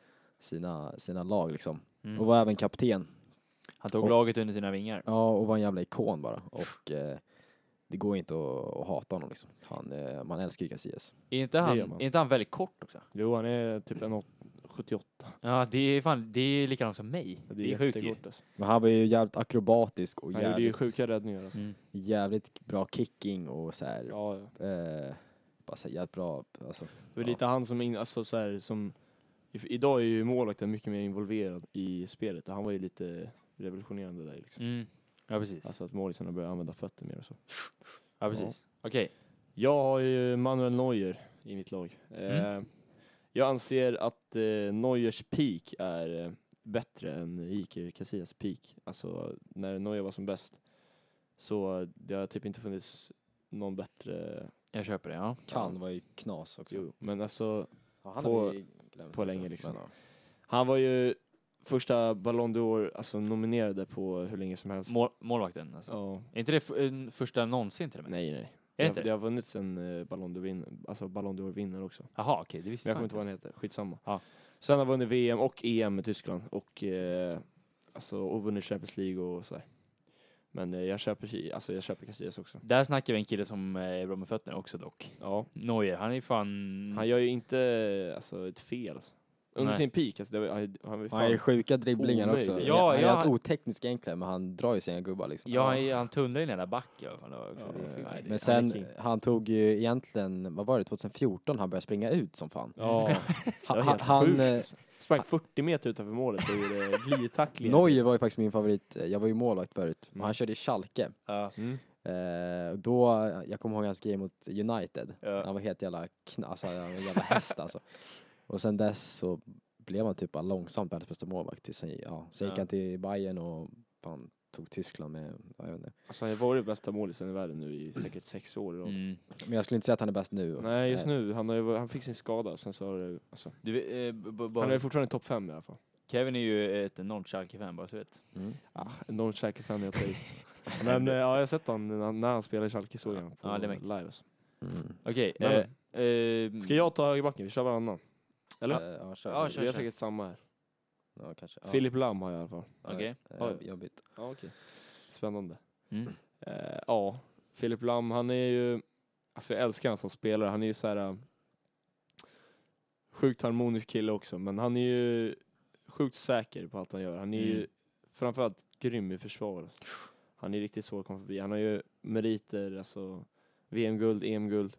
sina, sina lag liksom. Mm. Och var även kapten. Han tog och- laget under sina vingar. Ja, och var en jävla ikon bara. Och eh, det går inte att, att hata honom liksom. Han, eh, man älskar ju Casillas. Är inte Det han, gör man. är inte han väldigt kort också? Jo, han är typ en sjuttioåtta. Ja, det är fan, det är likadant som mig. Ja, det är sjukt ju. jättegott, alltså. Men han var ju jävligt akrobatisk och Han gjorde ju jävligt, sjuka räddningar alltså. Mm. jävligt bra kicking och så här, Ja, ja. eh, bara så här jävligt bra, alltså. Det var Ja. lite han som, in, alltså så här, som i- idag är ju målvakten mycket mer involverad i spelet och han var ju lite revolutionerande där liksom. Mm. Ja, precis. Alltså att målisarna börjar använda fötter mer och så. Ja, precis. Okej. Jag har ju Manuel Neuer i mitt lag. Mm. Eh, jag anser att eh, Neuers peak är eh, bättre än Iker Casillas peak. Alltså när Neuer var som bäst. Så det har typ inte funnits någon bättre. Jag köper det, ja. Kan var ju knas också. Jo, men alltså Ja, han på- har vi glömt på också, länge liksom. men, ja. han var ju första Ballon d'Or, alltså nominerade på hur länge som helst. Mål, målvakten, alltså. Ja. Är inte det f- en första någonsin till och med? Nej, nej. Är det Det, inte har, det har vunnits en uh, Ballon d'Or vin, alltså Ballon d'Or vinnare också. Jaha, okej, det visste Men jag kommer fan inte ihåg vad han heter, skitsamma. Ja. Sen har vunnit V M och E M i Tyskland och, eh, alltså, och vunnit Champions League och sådär. Men eh, jag köper, alltså, jag köper Casillas också. Där snackar vi en kille som är bra med fötterna också dock. Ja. Neuer, han är fan... Han gör ju inte alltså, ett fel. Alltså. Under Nej. sin peak, alltså, det var, han, han var ju Han har ju fan... sjuka dribblingar omöjlig. också. Ja, han är ja. helt oteknisk egentligen, men han drar ju sina gubbar liksom. Ja, han, han tunnlar i den där backen. Ja, fan, det var också, Ja, det är sjukt. nej, det- Men han sen, är king. han tog ju egentligen, vad var det, tjugohundrafjorton han började springa ut som fan. Ja, det var Han, helt han, sjukt. eh, Alltså. Sprang fyrtio meter utanför målet och gjorde glidtacklingar. Neuer var ju faktiskt min favorit, jag var ju målvakt förut, och Mm. han körde i Schalke. Ja. Mm. Eh, då, jag kommer ihåg hans game mot United, Ja. han var helt jävla, kna, alltså, han var en jävla häst alltså. Och sen dess så blev han typ bara långsamt världens bästa målvakt. Till sen, ja, sen gick Ja. han till Bayern och fan, tog Tyskland med, jag vet inte. Alltså, han har varit bästa målisen i världen nu i säkert sex år. i rad. Mm. Men jag skulle inte säga att han är bäst nu. Nej, just Eh, nu. Han, har ju, han fick sin skada, sen så har det, alltså, Du, eh, b- b- han bara, är fortfarande topp fem i alla fall. Kevin är ju ett enormt Schalke-fan, bara så vet. Mm. Ah, enormt säker fan jag tar i. Men eh, ja, jag har sett han när, när han spelar i Schalke, såg jag han på Ja, det är mäktigt. live. Alltså. Mm. Okej. Men- eh, eh, Ska jag ta högerbacken? Vi kör varannan. Eller? Eh, ja, kör. Ja, Vi kör, har kör. säkert samma här. Ja, kanske. Ja. Filip Lam har jag i alla fall. Ja, Okej. eh, jobbigt. Ja, okej. Spännande. Mm. Eh, ja, Filip Lam, han är ju... Alltså jag älskar han som spelare. Han är ju så här... Uh, sjukt harmonisk kille också, men han är ju sjukt säker på allt han gör. Han är ju Mm. framförallt grym i försvar. Alltså. Han är riktigt svår att komma förbi. Han har ju meriter, alltså V M-guld, E M-guld.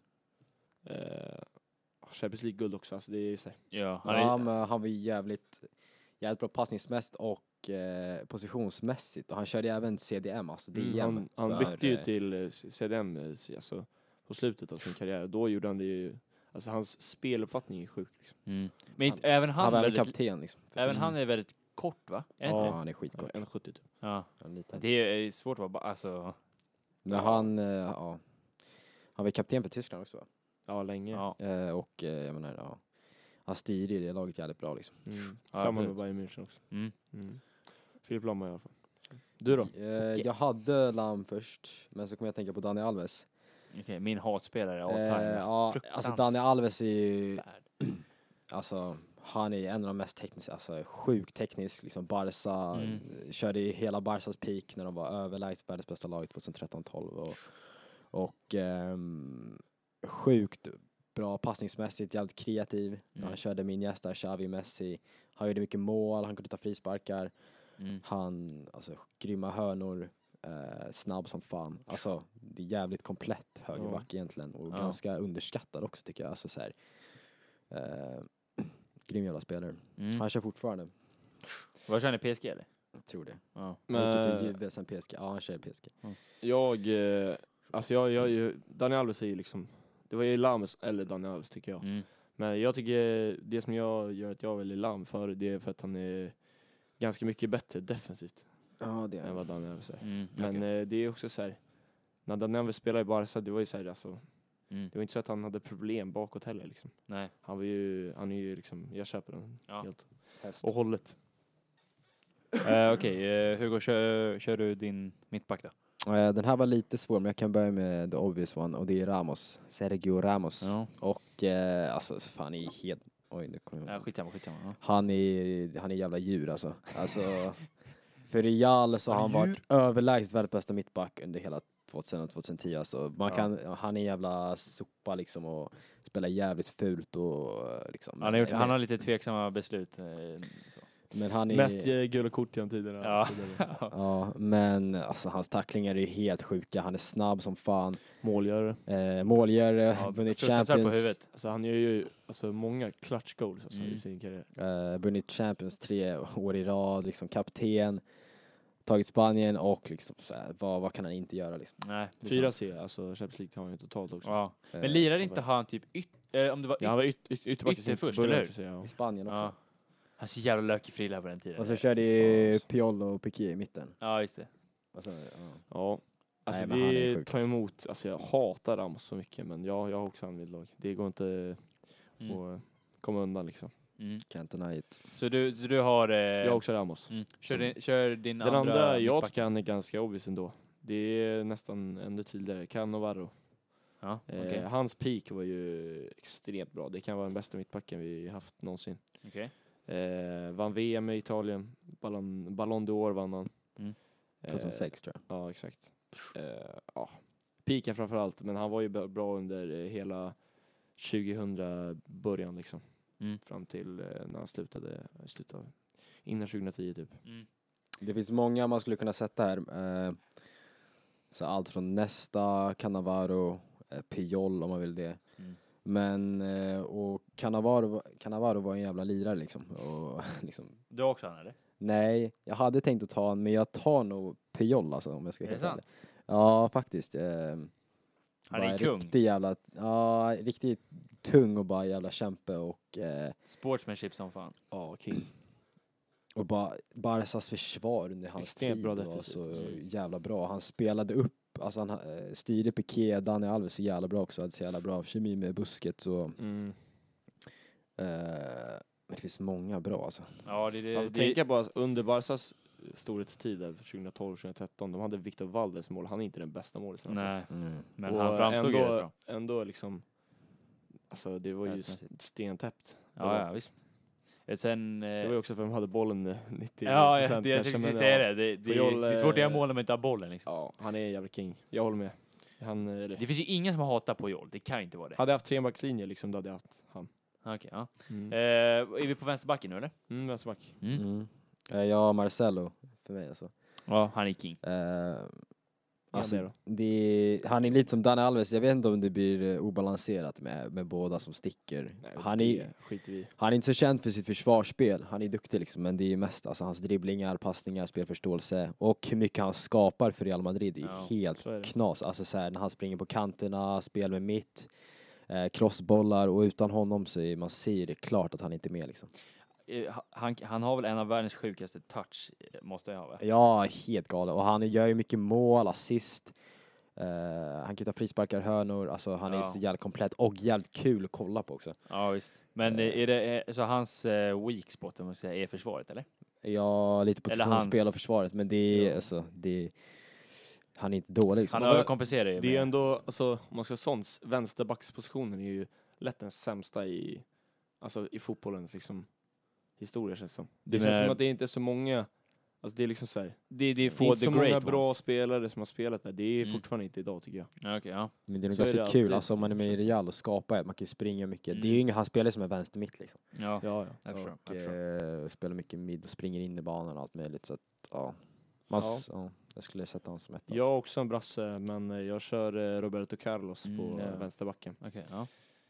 Eh, Champions League-guld också. Alltså det är ju så här. Ja, han Ja, är, men han var ju jävligt, jävligt bra passningsmässigt och eh, positionsmässigt. Och han körde ju även C D M, alltså D M. Mm, han han för, bytte ju eh, till eh, C D M eh, alltså, på slutet av sin karriär. Då gjorde han det ju... Alltså hans speluppfattning är sjuk. Liksom. mm. Men inte, Han- även han, Han var även väldigt, kapten liksom. även han är väldigt kort, va? Är det Ja. inte Ja, det? han är skitkort. en sjuttio typ. Ja. Han är liten. Det är svårt att vara, ba- alltså, Men han, eh, ja. Han var kapten för Tyskland också va? Ja, länge. ja. Eh, och eh, jag menar, ja. Han styrde det laget jävligt bra liksom. Mm. Ja, Samma med absolut. Bayern München också. Mm. Mm. Filip Lam i alla fall. Du då? Eh, Jag hade Lam först, men så kom jag att tänka på Dani Alves. Okej, min hatspelare all time. Eh, ja, alltså Dani Alves är ju, Fruktansvärd. alltså han är en av de mest tekniska, alltså sjukt teknisk, liksom Barca, Mm. körde i hela Barcas peak när de var överlägset världens bästa lag tjugotretton tolv och, och ehm, sjukt bra passningsmässigt, jävligt kreativ. Mm. Han körde min gästa Xavi, Messi, han gjorde mycket mål, han kunde ta frisparkar, Mm. han, alltså grymma hörnor, eh, snabb som fan. Alltså det är jävligt komplett högerback egentligen och Ja. ganska underskattad också tycker jag. Alltså så här, eh, grym jävla spelare. Mm. Han kör fortfarande, Vad kör ni, P S G eller? jag tror det. Ja. Han Men- gick till Juve, sen P S G. Ja, han kör P S G. Jag, eh, alltså jag, jag, jag Dani Alves är ju liksom, det var ju Lames eller Dani Alves tycker jag. Mm. Men jag tycker det som jag gör att jag väljer Lam för, det är för att han är ganska mycket bättre defensivt Ja, det än vad Dani Alves är. Mm. Men okej. eh, det är också så här, när Dani Alves spelade i Barca, det var ju så här, alltså, Mm. det var inte så att han hade problem bakåt heller liksom. Nej. Han var ju, han är ju liksom, jag köper den Ja. helt Häst. och hållet. Eh, Okej, eh, Hugo, kör, kör du din mittback då? Eh, Den här var lite svår, men jag kan börja med the obvious one och det är Ramos. Sergio Ramos. Ja. Och eh, alltså fan är helt, oj nu kommer jag Ja, ihåg. skitsamma, skitsamma. Ja. Han är, han är jävla djur alltså. Alltså för Real så har han varit överlägset världens bästa mittback under hela tjugohundra och tjugohundratio. Alltså, man Ja. kan, han är en jävla sopa liksom och spelar jävligt fult och liksom. Han har, gjort, men, han har lite tveksamma beslut. eh, Så. men han är... Mest eh, gula kort genom tiderna. Ja. Så det är- Ja, men alltså, hans tacklingar är ju helt sjuka. Han är snabb som fan. Målgörare. Eh, målgörare, Ja, vunnit fruktansvärt på Champions. huvudet. Alltså han gör ju alltså, många clutch goals alltså, Mm. i sin karriär. Eh, vunnit Champions tre år i rad, liksom kapten. Tagit Spanien och liksom så här, vad, vad kan han inte göra liksom? Nej, det är Fyra sant. C, alltså Champions League har han ju totalt också. Ja. Eh, Men lirar inte han typ yt, eh, om det var Ja, han var yt, yt, ytterback i ytter sin först, början, eller hur? kan jag säga, ja. I Spanien också. Ja. Han är så jävla lökig frilla på den tiden. Och så körde Fy ju fan, alltså. Piolo och Piqué i mitten. Ja, just det. Och så, ja. Ja. Alltså Nej, men han är det sjuk, tar alltså. emot, alltså jag hatar Ramos så mycket, men ja, jag har också han vid lag. Det går inte Mm. att komma undan liksom. Mm. Can't deny it. Så, du, så du har... Eh, Jag har också Ramos. mm. kör, din, kör din Den andra, andra jag mittback. tycker han är ganska obvious ändå. Det är nästan ännu tydligare. Cannavaro. Ja, okej. Eh, hans peak var ju extremt bra. Det kan vara den bästa mittbacken vi haft någonsin. Okej. Eh, vann V M i Italien. Ballon, Ballon d'Or vann han. Mm. Eh, tjugohundrasex tror jag. Ja, exakt. Eh, ja. Peaken framförallt, men han var ju b- bra under eh, hela tjugohundra-början liksom. Mm. Fram till eh, när han slutade, i slutet av, innan tjugohundratio typ. Mm. Det finns många man skulle kunna sätta här. Eh, så allt från Nesta, Cannavaro, eh, Puyol om man vill det. Mm. Men, eh, och Cannavaro, Cannavaro var en jävla lirare liksom. Och, liksom. Du har också han, eller? Nej, jag hade tänkt att ta en, men jag tar nog Puyol alltså om jag ska Är det helt sant? ärlig. Ja, faktiskt. Eh, Han bara är kung. Riktigt jävla, ja, riktigt tung och bara jävla kämpe och eh, Sportsmanship som fan. Ja, king. och bara Barcas försvar under hans Extremt tid bra var defensivt, så alltså. jävla bra. Han spelade upp, alltså han eh, styrde Piqué, Dani Alves så jävla bra också, hade så jävla bra kemi med Busquets och Mm. eh, men det finns många bra alltså. Ja, det, det, Man får det, tänka på att under Barcas storhetstid där, tjugohundratolv tjugohundratretton, de hade Victor Valdes mål. Han är inte den bästa målisen. Alltså. Nej, Mm. men Och han framstod ju rätt ändå, bra. ändå liksom, alltså det var ju Ställsmässigt. stentäppt. Ja, ja, visst. Eh, Sen... Eh, Det var ju också för att de hade bollen eh, nittio ja, ja, procent det, jag kanske, tänkte men säga ja. det. Det, det, Puyol, det är svårt att göra eh, mål när man inte har bollen. Liksom. Ja, han är en jävla king. Jag håller med. Han, eh, Det finns ju ingen som hatar Puyol. Det kan ju inte vara det. hade jag haft trebackslinje liksom, då hade jag haft han. Okej, ja. Mm. Eh, är vi på vänsterbacken nu, eller? Mm, vänsterback. Mm. Eh, ja, Marcelo för mig alltså. Ja, han är king. Eh, det alltså då? det, han är lite som Dani Alves, jag vet inte om det blir eh, obalanserat med, med båda som sticker. Nej, han, det är, skiter vi i. han är inte så känd för sitt försvarsspel, han är duktig liksom, men det är mest alltså, hans dribblingar, passningar, spelförståelse och hur mycket han skapar för Real Madrid är Ja, helt så är det. knas. Alltså så här, när han springer på kanterna, spel med mitt, eh, crossbollar och utan honom så är man ser det klart att han inte är med liksom. Eh, Han, han har väl en av världens sjukaste touch, eh, måste jag ha, va? Ja, helt galet. Och han gör ju mycket mål, assist. Uh, han kan ta frisparkar, hörnor. Alltså han är Ja. så jävla komplett och jävligt kul att kolla på också. Ja, visst. Men eh, är det eh, så hans eh, weak spot, om man ska säga, är försvaret, eller? Ja, lite Eller positionsspel hans- och försvaret, men det är, Ja. alltså, det han är inte dålig liksom. Han var- överkompenserar ju. Det är ju med- ändå, alltså, om man ska sånt, vänsterbackspositionen är ju lätt den sämsta i, alltså, i fotbollens liksom, historia känns som. Det Du känns menar- som att det inte är så många, alltså det är liksom så här, det, det är det är få inte the så många great bra ones. spelare som har spelat där. Det är Mm. fortfarande inte idag tycker jag. Ja, okej, ja. Men det är nog så är ganska det kul, alltid, alltså om man är med i känns det. Real och skapar, man kan ju springa mycket. Det är ju Mm. ingen, han spelar som en vänster mitt liksom. Ja, Ja, ja. jag förstår. Och Jag förstår. eh, spelar mycket mid och springer in i banan och allt möjligt. Så att, ja. Man, s- ja. Jag skulle sätta han som ett. Jag har också en brasse, men eh, jag kör eh, Roberto Carlos Mm, på ja. eh, vänsterbacken. Okej, ja.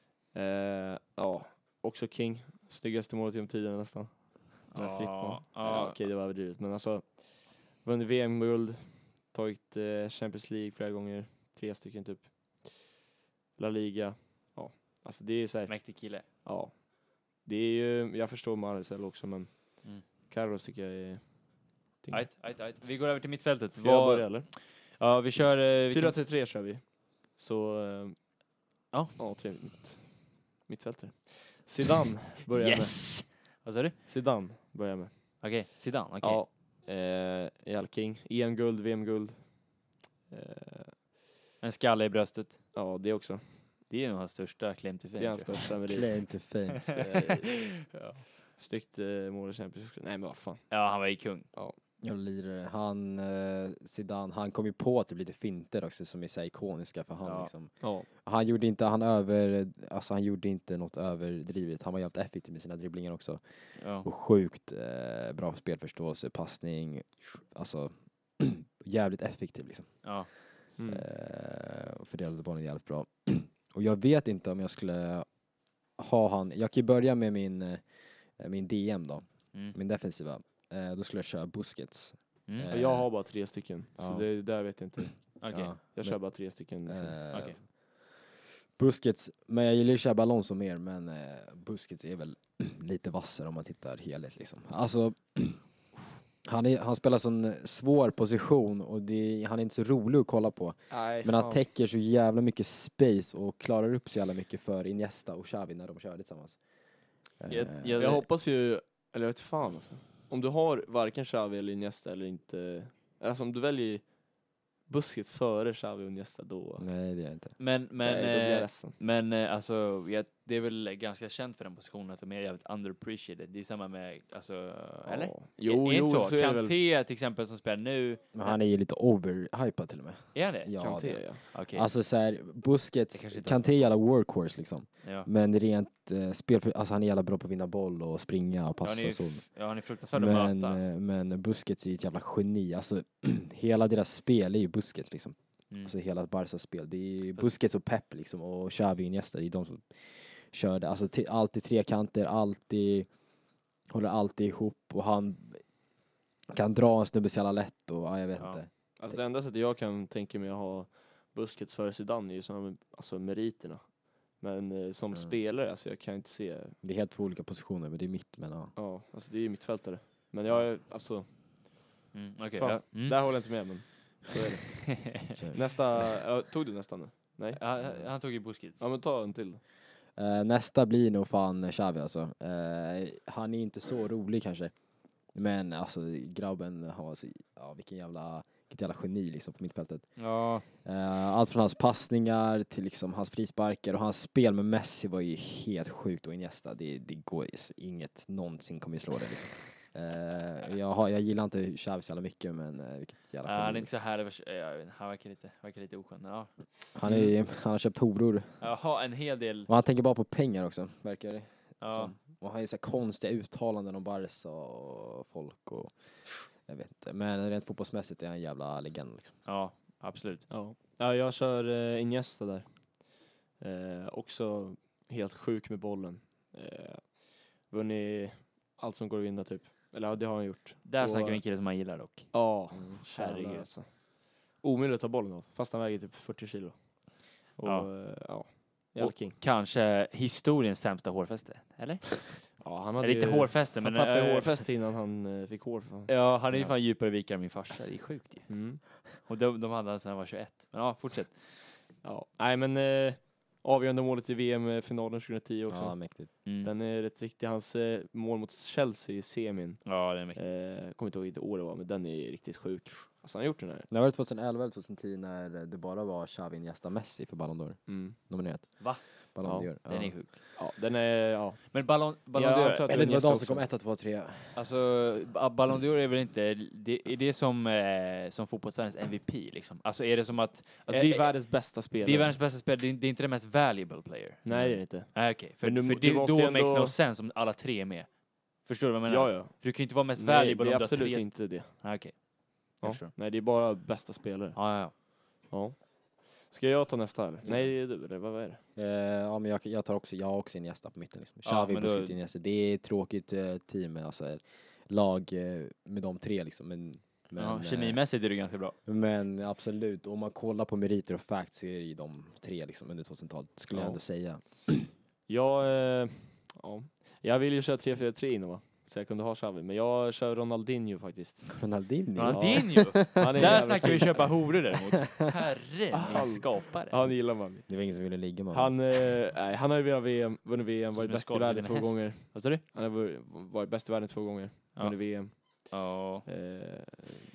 Eh, ja, också king. Snyggaste målet genom tiden nästan. Med Ja, Frippon. ja. Ja, okej, det var överdrivet. Men alltså, vunnit V M-guld, tagit eh, Champions League flera gånger. Tre stycken typ. La Liga. Ja, alltså det är så här, Mäktig kille. ja. Det är ju, jag förstår Marcel också, men Mm. Carlos tycker jag är... ting. Ajt, ajt, ajt. Vi går över till mittfältet. Ska jag Vad- börja eller? Ja, vi kör... eh, vi fyra kan- till tre kör vi. Så, eh, Ja. Ja, tre mitt, mittfältare. Zidane börjar jag Yes! Vad sa du? med. Zidane börjar jag med. Okej, Zidane, okej. Ja, eh, är all king. E M-guld, V M-guld. Eh, En skalle i bröstet. ja, det också. Det är nog hans största claim to fame. Det är hans tror jag. största merit. Claim to fame. Eh, ja. Snyggt eh, mål i Champions League. Nej men vad fan. Ja, han var ju kung. Jag lirar. Han, eh, Zidane, han kom ju på typ lite finter också som är så här ikoniska för han Ja. liksom. Ja. Han gjorde inte, han över, alltså han gjorde inte något överdrivet. Han var jävligt effektiv med sina dribblingar också. Ja. Och sjukt eh, bra spelförståelse, passning, alltså jävligt effektiv liksom. Ja. Mm. Eh, och fördelade bollen jävligt bra. Och jag vet inte om jag skulle ha han, jag kan ju börja med min, eh, min D M då, Mm. min defensiva. Eh, då skulle jag köra Busquets. Mm. Eh, Ja, jag har bara tre stycken, ja. så det där vet jag inte. Okej. Ja, Jag kör men- bara tre stycken. Liksom. Eh, Okej. Busquets, men jag gillar ju att köra Alonso mer, men eh, Busquets är väl lite vassare om man tittar helhet liksom. Alltså, han, är, han spelar sån svår position och det, han är inte så rolig att kolla på. Nej, Men han täcker så jävla mycket space och klarar upp så jävla mycket för Iniesta och Xavi när de körde tillsammans. Jag, Eh, jag, Jag hoppas ju, eller jag vet fan alltså. Om du har varken Xavi eller Iniesta eller inte, alltså om du väljer Busquets före Xavi och Iniesta då, Nej, det är jag inte. men, men, nej, då blir jag eh, ledsen. men eh, alltså, jag, det är väl ganska känt för den positionen att de är jävligt underappreciated. Det är samma med, alltså, eller? Ja. Jo, är, är jo, inte så, så? är det väl. Kanté till exempel som spelar nu, Men han är ju lite overhypad till och med. är han det? Ja, Kanté, det. ja. Okej. Alltså såhär, Det Busquets, kanske inte Kanté är jävla workhorse liksom. ja. Men rent eh, spel, alltså han är jävla bra på att vinna boll och springa och Ja, passa han är, och så. ja, han är fruktansvärd att Men, möta. eh, men Busquets är ett jävla geni. Alltså hela deras spel är ju Busquets liksom. Mm. Alltså hela Barcas spel. Det är ju Busquets och Pep liksom och Xavi och Iniesta. Det är de som kör det. Alltså t- alltid trekanter, alltid håller alltid ihop och han kan dra en snubbe så jävla lätt och ja, jag vet Ja. inte. Alltså det enda sättet jag kan tänka mig att ha Busquets före Zidane är ju som, alltså meriterna. Men eh, som Mm. spelare, alltså jag kan inte se, Det är helt två olika positioner men det är mitt men ja. ja, alltså det är ju mittfältare. Men jag är, alltså, Mm, okej, Fan, ja. Mm. där håller jag inte med, men så är det. Kör. Nästa, ja, tog du nästa nu? Nej? Ja, han- han tog ju Busquets. Ja men ta en till. Eh, nästa blir nog fan Xavi alltså. Eh, han är inte så rolig kanske. Men alltså grabben har alltså, ja vilken jävla, vilket jävla geni liksom på mittfältet. Ja, Eh, allt från hans passningar till liksom hans frisparkar och hans spel med Messi var ju helt sjukt och Iniesta. Det, det går ju, inget någonsin kommer ju slå det liksom. Eh, jag, har, jag gillar inte Xavi så jävla mycket men eh, vilket jävla ja, han är geni. inte så här, över- ja, jag vet inte, han verkar lite, verkar lite oskön. Ja. Han, är, han har köpt horor Jaha, en hel del. och han tänker bara på pengar också, verkar det. Ja. Som. Och han har ju så här konstiga uttalanden om Barca och folk och jag vet inte. Men rent fotbollsmässigt är han en jävla legend liksom. Ja, absolut. Ja, ja jag kör eh, Iniesta där. Eh, också helt sjuk med bollen. Eh, vunnit allt som går att vinna typ. Eller ja, det har han gjort. Där Och- snackar vi en kille som man gillar dock. Ja, Mm, herregud herregud. alltså. Omöjligt att ta bollen av, fast han väger typ fyrtio kilo. Och Ja. ja, ja jävla Och king. kanske historiens sämsta hårfäste, eller? Ja, han hade Eller inte ju- hårfäste, Han men... tappade eh, hårfäste innan han eh, fick hår. För fan. Ja, han är ju Ja. fan djupare vikare än min farsa. Det är sjukt ju. Mm. Och de, de hade han sedan han var tjugoett. Men ja, fortsätt. Ja, nej men eh, avgörande målet i V M-finalen tjugohundratio också. Ja, mäktigt. Mm. Den är rätt viktig. Hans eh, mål mot Chelsea i semin. Ja, det är mäktigt. Eh, kommer inte ihåg vilket år det var, men den är riktigt sjuk. Alltså han har gjort den här. Det var tjugoelva eller tjugohio när det bara var Xavi, Iniesta, Messi för Ballon d'Or. Mm. Nominerat. Va? Ballon Ja, d'Or. Den är Ja. sjuk. Ja, den är, ja. Men Ballon, Ballon Ja, jag d'Or, antar att Eller det var Iniesta de som också. kom ett, två, tre. alltså Ba- Ballon d'Or är väl inte, det, är det som, eh, som fotbollsvärldens M V P liksom? Alltså är det som att, Alltså det är eh, världens bästa spelare. det är världens bästa spelare, det är, det är inte den mest valuable player? Nej, det är det inte. Nej, okej. För, Men du- för du det, måste då ju makes ändå- no sense om alla tre är med. Förstår du vad jag menar? Ja, ja. För du kan ju inte vara mest Nej, valuable det är om du har absolut tre... inte det. Nej, okej. Jag Ja. förstår. Nej, det är bara bästa spelare. Ja, ja, ja. Ja. Ska jag ta nästa eller? Nej, det är du eller vad är det? Eh, ja, men jag, jag tar också, jag har också Iniesta på mitten liksom. Ja, Xavi, men då- Busquets, Iniesta. Det är ett tråkigt eh, team, alltså lag eh, med de tre liksom. Men, men, ja, eh, kemimässigt är det ganska bra. men absolut, om man kollar på meriter och facts så är det ju de tre liksom under tvåtusentalet, skulle Ja. jag ändå säga. Jag, eh, ja. Jag vill ju köra tre fyra tre innan va? Så jag kunde ha Xavi. Men jag kör Ronaldinho faktiskt. Ronaldinho. Ronaldinho! Han är Där jävligt snackar vi king. köpa horor däremot. Herre min Han- skapare. Han gillar man. Det var ingen som ville ligga med honom. Han, eh, nej, han har ju vunnit V M, vunnit V M, varit Som en bäst i världen skadad två häst. gånger. Vad sa du? Han har varit- varit bäst i världen två gånger. Ja. Vunnit V M. Ja. Eh,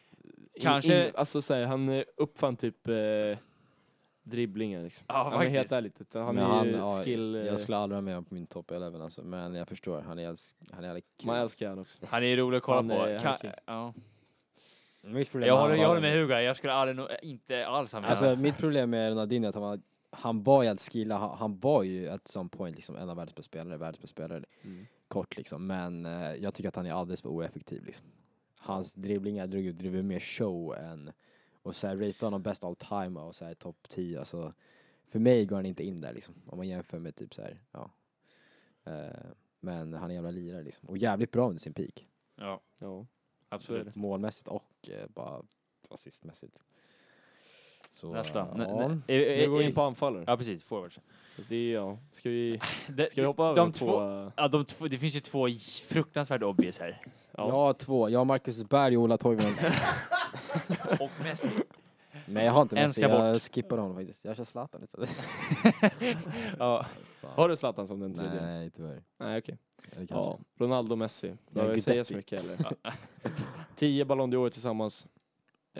Kanske- In, in, alltså så här, han eh, uppfann typ eh, dribblingen liksom. Ja, Ja, men helt faktiskt. ärligt, utan han Men är ju ja, skill... eh, Jag skulle aldrig ha med honom på min topp elva alltså, men jag förstår, han är, han är jävligt kul. Man älskar han också. Han är rolig att kolla Han på. är- han är Kan, king. ja. Mitt problem Jag med håller, han jag var- håller med Hugo, jag skulle aldrig nog, inte alls ha med Alltså honom. mitt problem med Ronaldinho är att han var, han var ju att skilla, han, han var ju at some point liksom en av världens bästa spelare, världens bästa spelare Mm. kort liksom, men eh, jag tycker att han är alldeles för oeffektiv liksom. Hans dribblingar drog ut, driver mer show än, och så här rate honom bäst all time och så här topp tio, alltså för mig går han inte in där liksom, om man jämför med typ så här, ja. Eh, men han är jävla lirare liksom, och jävligt bra under sin peak. Ja, Ja. absolut. Målmässigt och eh, bara assistmässigt. Så, Nästa. ja. N- n- eh, Nu går vi eh, in på anfallare. Ja, precis. Forwards. Fast det är, ja. Ska vi, Det, ska vi hoppa över de på... två, ja, de två, det finns ju två fruktansvärt obvious här. Ja. Jag har två, jag har Marcus Berg och Ola Toivonen. Och Messi. Nej, jag har inte En Messi, ska jag bort. skippade honom faktiskt. Jag kör Zlatan istället. Ja. Har du Zlatan som den tredje? Nej, tyvärr. Nej, okej. Eller kanske. Ja, Ronaldo och Messi. Ja, Behöver jag säga Guidetti. så mycket eller? Tio Ballon d'Or tillsammans. Eh,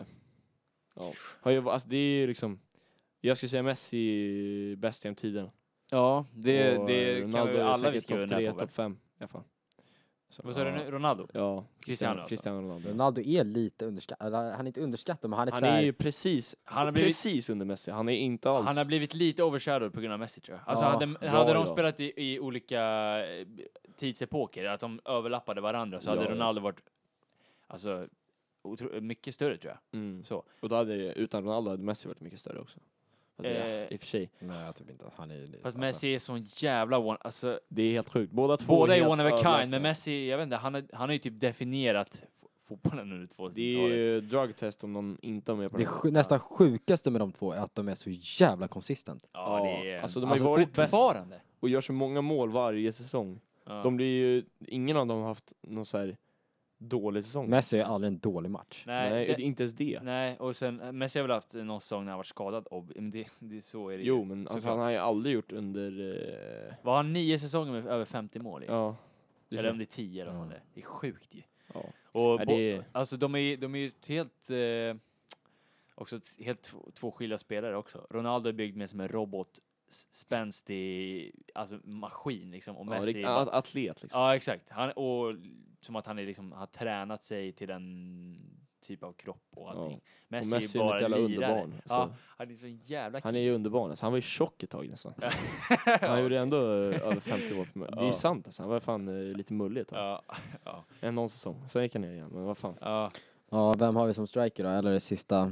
ja. Har ju, alltså det är ju liksom... Jag skulle säga Messi bäst genom tiden. Ja, det, Och det kan Ronaldo vi är alla säkert vi skriva topp under tre, på. väl? topp fem i alla fall. Så, Vad sa du ja. nu? Ronaldo? Ja, Cristiano Cristiano, alltså. Cristiano Ronaldo. Ronaldo är lite underskattad, eller han är inte underskattad, men han är Han så här, är ju precis, Han har blivit- precis under Messi. Han är inte alls... Han har blivit lite overshadowed på grund av Messi, tror jag. Alltså Ja, hade, ja, hade de ja. spelat i, i olika eh, tidsepoker, att de överlappade varandra, så Ja, hade ja. Ronaldo varit alltså, otro, mycket större, tror jag. Mm. Så. Och då hade, utan Ronaldo hade Messi varit mycket större också. Fast det, Eh, I och för sig. nej, jag typ inte. Han är ju lite, Fast alltså, Messi är sån jävla one, alltså, Det är helt sjukt. Båda två båda är helt one of a kind, överlägsna. men Messi, jag vet inte, han har, han har ju typ definierat f- fotbollen under Det är tvåtusentalet. ju drugtest om någon inte har med på det det. sju, nästan sjukaste med de två är att de är så jävla konsistent. Ja, det är... alltså de har ju varit bäst fortfarande. och gör så många mål varje säsong. Ja. De blir ju, ingen av dem har haft någon så här dålig säsong. Messi är aldrig en dålig match. Nej, Nej, det, inte ens det. nej, och sen eh, Messi har väl haft någon säsong när han varit skadad, ob, men det, det så är det Jo, ju. men alltså, Såklart. han har ju aldrig gjort under... Eh, Var han nio säsonger med över femtio mål i? ja. Det är Eller så. om det är tio eller vad Ja. det är. Det är sjukt ju. Ja. Och Ja, bo, det är- alltså de är ju de är ju ett helt eh, också ett, helt två, två skilda spelare också. Ronaldo är byggd med som en robot, s- spänstig, alltså maskin liksom, och Ja, Messi det, är bara- at- atlet liksom. ja, exakt. Han, och som att han är liksom, har tränat sig till en typ av kropp och allting. Ja. Messi, Och Messi är är bara ett jävla lirare. underbarn. Ja, Alltså, han är så jävla han är ju underbarn. Alltså, han var ju tjock ett tag nästan. ja. Han gjorde ändå eh, över femtio mål. Det är Ja. sant alltså. Han var fan eh, lite mullig ett tag. Ja, ja, En någon säsong. Sen gick han ner igen. Men vad fan. ja. Ja, vem har vi som striker då? Eller det sista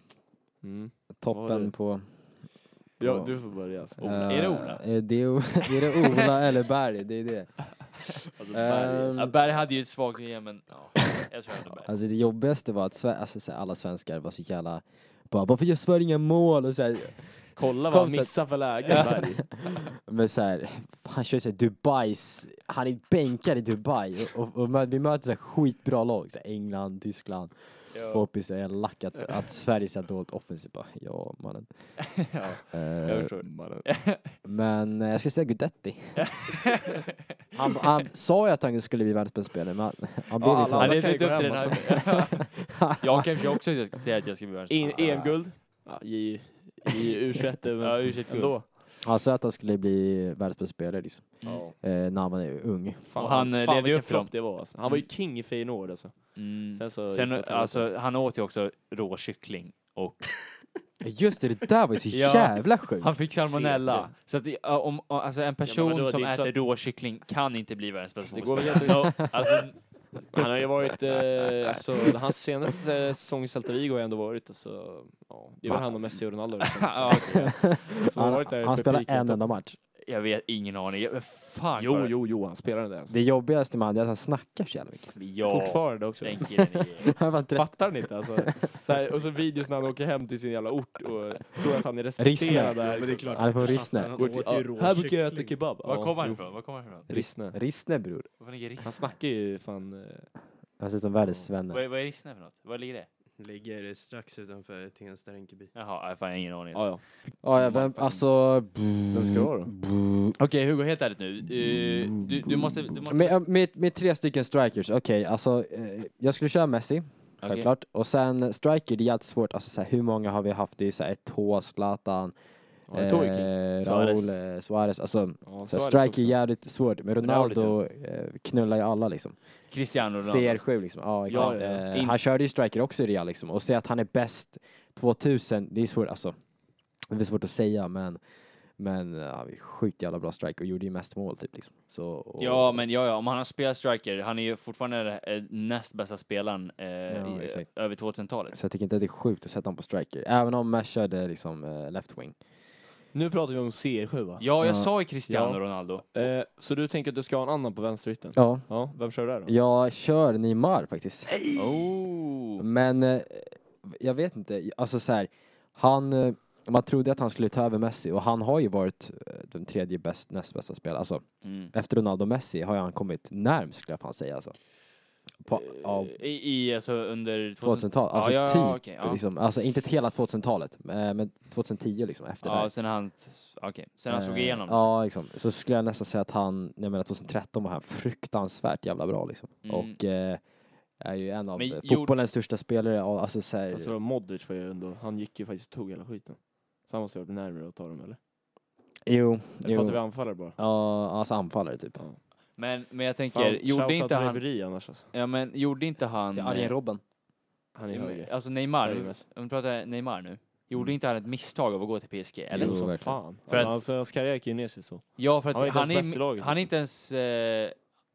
Mm. Vad toppen var på... Ja, du får börja. Alltså. eh, Är det Ola? Är det, O- är det Ola eller Berg? Det är det. Alltså, Ehm, Ja, Berg hade ju ett svagt V M, men ja, jag tror ändå Berg. Alltså det jobbigaste var att Sve- alltså, så här, alla svenskar var så jävla... Bara, varför gör Sverige inga mål? Och så här, Kolla Kom vad han så- missar för lägen, Berg. men så här, han kör så här Dubais... Han är bänkad i Dubai. Och, och, och mö- vi möter så här skitbra lag. Så här England, Tyskland. Folk blir så här lack att, att Sverige är så här dåligt offensivt. Bara, ja, mannen. Ja, Eh, jag förstår. Mannen. men eh, jag ska säga Guidetti. Han, han sa ju att han skulle bli världens bästa spelare, men han, han blev Ja, inte alla Han världens levde kan ju inte gå upp till den hem, här. Jag kanske också att jag ska säga att jag ska bli världens E- E M-guld. Ja, i, I U tjugoett. Men Ja, U tjugoett-guld. ändå. Han sa att han skulle bli världens bästa spelare liksom. Ja. eh, när han var ung. Fan, Och han, eh, fan levde vilken upp till dem. flopp det var alltså. Han var ju king i Feyenoord alltså. Mm. Sen så Sen, gick det åt alltså, helvete. han åt ju också rå kyckling och Just det, det där var ju så Ja. jävla sjukt. han fick salmonella. Febrig. Så att, det- ja, om, alltså en person vadå, det är som inte så äter att- rå kyckling kan inte bli världens bästa Det går väl fotbollsspelare. No, alltså, Han har ju varit, eh, alltså hans senaste eh, säsong i Celta Vigo har ju ändå varit, alltså, ja, det är väl han och Messi och Ronaldo. Liksom. Ja, Så har Han, varit där han på spelar peaken. en enda match. jag vet ingen aning. Jag, fan, Jo, kolla. jo, jo, han spelar den där. Alltså. Det jobbigaste med han är att han snackar så jävla mycket. Ja, Fortfarande också. den killen är... Han var inte Fattar ni inte alltså? Så här, och så videos när han åker hem till sin jävla ort och tror att han är Rissne. respekterad där. Men det är klart. Han är på Rissne. Han Går till, åt ju ja, rå här brukar jag äta kyckling. kebab. Var Ja, kommer han jo. ifrån? Var kommer han ifrån? Rissne. Rissne bror. Varför ligger Han Rissne? snackar ju fan... eh, Han ser ut som världens svenne. Vad, vad är Rissne för något? Var ligger det? Ligger strax utanför Tensta Rinkeby. Jaha, jag har ingen aning. Ja, ja. Ja, ja, vem, alltså... Vem ska det vara då? Okej, Hugo, helt ärligt nu. Eh, du, du måste... Du måste Med, med, med tre stycken strikers, okej, alltså eh, jag skulle köra Messi, självklart. Och sen striker, det är jättesvårt, alltså så här, hur många har vi haft? Det är så här Eto'o, Zlatan, Ja, det tog ju King. Eh, Suarez. Raul, eh, Suarez, alltså Ja, så Suarez strike också. är jävligt svårt, men Ronaldo eh, knullar ju alla liksom. Cristiano Ronaldo. C R sju liksom, ja exakt. Ja, ja, ja. Eh, In- han körde ju striker också i Real liksom, och säga att han är bäst tvåtusen, det är svårt, alltså det är svårt att säga, men men ja, vi är sjukt jävla bra striker och gjorde ju mest mål typ liksom. Så, och, Ja, men ja, ja, om han har spelat striker, han är ju fortfarande eh, näst bästa spelaren eh, Ja, i, exakt. över tvåtusentalet. så jag tycker inte att det är sjukt att sätta honom på striker, även om Mesh körde liksom eh, left wing. Nu pratar vi om C R sju, va? Ja, jag Ja. sa ju Cristiano Ja. Ronaldo. Eh, så du tänker att du ska ha en annan på vänsterytten? Ja, Ja, vem kör där då? jag kör Neymar faktiskt. Oh! Men eh, jag vet inte, alltså så här, han, eh, man trodde att han skulle ta över Messi och han har ju varit eh, den tredje bäst, näst bästa spelaren. Alltså Mm. efter Ronaldo och Messi har ju han kommit närmst, skulle jag fan säga alltså. På, ja, I, I, alltså under tvåtusentalet, alltså ja, ja, typ, okej, ja. liksom, alltså inte till hela tvåtusentalet, eh, men tjugohundratio liksom efter Ja, det. sen han, okej, sen han slog Eh, igenom. Ja, liksom. Så skulle jag nästan säga att han, jag menar tjugotretton var han fruktansvärt jävla bra liksom. Mm. Och eh, är ju en av Men eh, gjorde- fotbollens största spelare, och, alltså så här, Alltså Modric var ju ändå, han gick ju faktiskt och tog hela skiten. Så han måste ha varit närmare att ta dem, eller? jo, Eller pratar vi jo. anfallare bara? Ja, alltså anfallare typ. Men, men jag tänker, Fan, gjorde shoutout inte till han, Ribéry annars alltså. ja men gjorde inte han, Till Arjen eh, Robben. Han är höger. alltså Neymar, Höger mest. om vi pratar Neymar nu, gjorde Mm. inte han ett misstag av att gå till P S G? Eller? Jo, Jo, som verkligen. fan. För Alltså, att- hans, hans karriär gick ju ner sig så. Ja, för att Han var inte han, ens bäst i är, laget, han är liksom. inte ens, eh,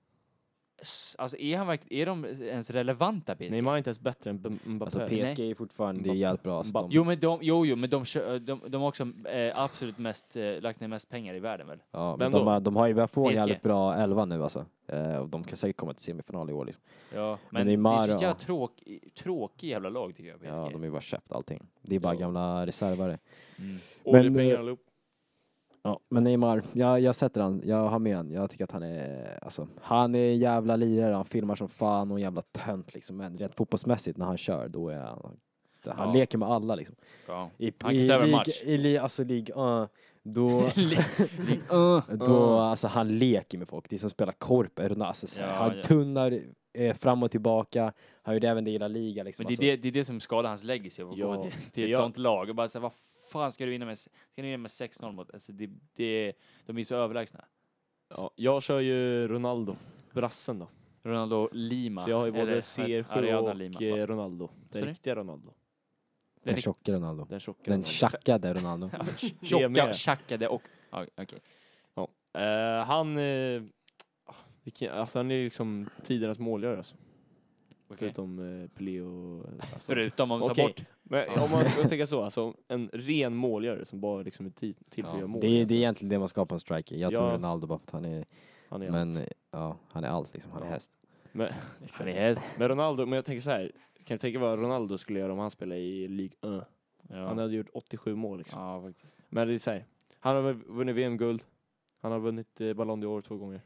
s- alltså är han verkligen, är de ens relevanta P S G? Neymar är inte ens bättre än B- Mbappé. Alltså P S G är ju fortfarande, det är Mbappé. jävligt bra. Alltså, Mbappé. de, Jo men de, jo, jo, men de, kö- de, de har också eh, absolut mest, eh, lagt ner mest pengar i världen väl? ja, men Men de, då- har, de har ju börjat få en P S G. jävligt bra elva nu alltså. Eh, och de kan säkert komma till semifinal i år liksom. Ja, Men men, det är Neymar så jävla och- tråkig, tråkig jävla lag tycker jag, P S G. Ja, de är ju bara köpt allting. Det är bara Ja. gamla reservare. Mm. Oljepengar Men, allihop. Ja, men Neymar, jag, jag sätter han, jag har med han. Jag tycker att han är, alltså, han är en jävla lirare, han filmar som fan och en jävla tönt liksom. Men rent fotbollsmässigt när han kör, då är han, han Ja. leker med alla liksom. Ja. I, Han kan i, ta över en lig- match. i, li- alltså lig, uh, då, Uh. då, alltså han leker med folk. Det är som spelar korp, alltså, så här, Ja, han ja. tunnar eh, fram och tillbaka. Han gjorde även det i La Liga liksom. Men det är, alltså. det, det är det som skadar hans legacy av att Ja. gå till, till ett Ja. sånt lag och bara säga vad fan ska du vinna med, ska du vinna med sex noll mot, alltså det, det, de är så överlägsna. Ja, jag kör ju Ronaldo. Brassen då. Ronaldo Lima. Så jag har ju både eller C R sju Ariana och Lima. eh, Ronaldo. Den Sorry? riktiga Ronaldo. Den Den tjocka Ronaldo. Den tjocka Den Ronaldo. tjackade Ronaldo. Det tjocka, med. tjackade och, ja, okej. Eh, han, eh, vilken, alltså han är ju liksom tidernas målgörare alltså. Okej. Förutom eh, Pelé och... Alltså. Förutom om man tar Okej. bort. Men om man jag tänker så, alltså en ren målgörare som bara liksom är ti- till för att Ja, göra mål. det, är, det är egentligen det man ska ha på en striker. Jag tror Ja. Ronaldo bara för att han är, Han är men allt. ja, han är allt liksom. Han är Ja. häst. Men, Han är häst. men Ronaldo, men jag tänker så här. Kan du tänka vad Ronaldo skulle göra om han spelade i Ligue ett? Ja. Han hade gjort åttiosju mål liksom. Ja, faktiskt. Men det är så här. Han har vunnit V M-guld. Han har vunnit eh, Ballon d'Or två gånger.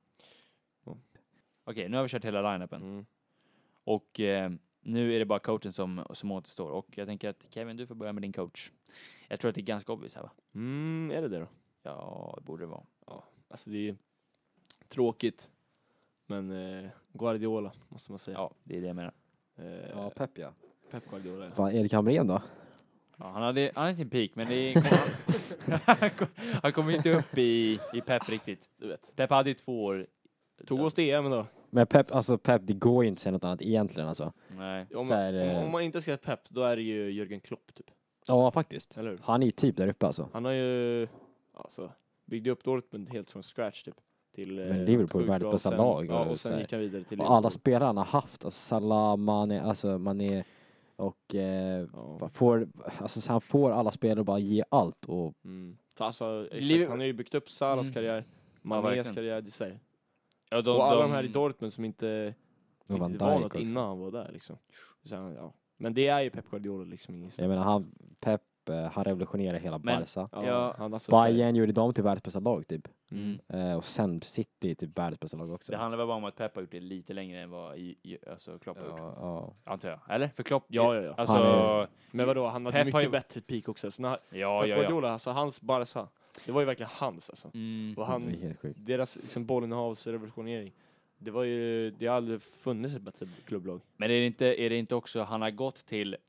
Okej, nu har vi kört hela line-upen. Mm. Och eh, nu är det bara coachen som, som återstår. Och jag tänker att Kevin, du får börja med din coach. Jag tror att det är ganska obvious här, va? Mm, är det det då? Ja, det borde det vara. Alltså det är tråkigt. Men eh, Guardiola måste man säga. Ja, det är det jag menar. Eh, Ja, Pep ja. Pep Guardiola. Fan, Erik Hamrén då? Ja, han hade, han hade sin peak, men det är, han, kom, han kom inte upp i, i Pep riktigt. Du vet. Pep hade ju två år. Tog oss till E M då. Men Pep, alltså Pep, det går ju inte att säga något annat egentligen alltså. Nej. Om, Så här, om, eh, om man inte ska ha Pep, då är det ju Jürgen Klopp typ. Ja, faktiskt. Eller hur? Han är ju typ där uppe alltså. Han har ju alltså, byggde upp Dortmund helt från scratch typ. Till, eh, Men Liverpool, sjukt världens bra. bästa Sen- lag, Ja, och och så sen här. gick han vidare till Och alla Liverpool. spelare han har haft, alltså Salah, Mané, alltså Mané och eh, Ja. får, alltså så han får alla spelare att bara ge allt och Mm. Så alltså, exakt, Liv- han har ju byggt upp Salahs Mm. karriär, Manés verkligen. karriär, det säger. Ja, de, Och alla de, de här i Dortmund som inte och Van riktigt var Dijk något också. innan han var där liksom. Så, han- ja. Men det är ju Pep Guardiola liksom. Ingen Jag menar, han, Pep, eh, han revolutionerar hela Men- Barca. ja, Ja, han alltså, så här- Bayern gjorde dem till världens bästa lag typ. Mm. Eh, och sen City till världens bästa lag också. det handlar väl bara om att Pep har gjort det lite längre än vad i, i, alltså Klopp har gjort. Ja, ja. Antar jag. Eller? För Klopp... Ja, ja, ja. Alltså... Han Ja, Men vadå, han hade Pep har mycket ju- bättre peak också. Så när, ja, Pep ja. Guardiola, alltså hans Barca, det var ju verkligen hans alltså. Mm. Och han, Det är helt sjukt. deras liksom, bollinnehavsrevolutionering. Det var ju, det har aldrig funnits ett bättre klubblag. Men är det inte, är det inte också, han har gått till,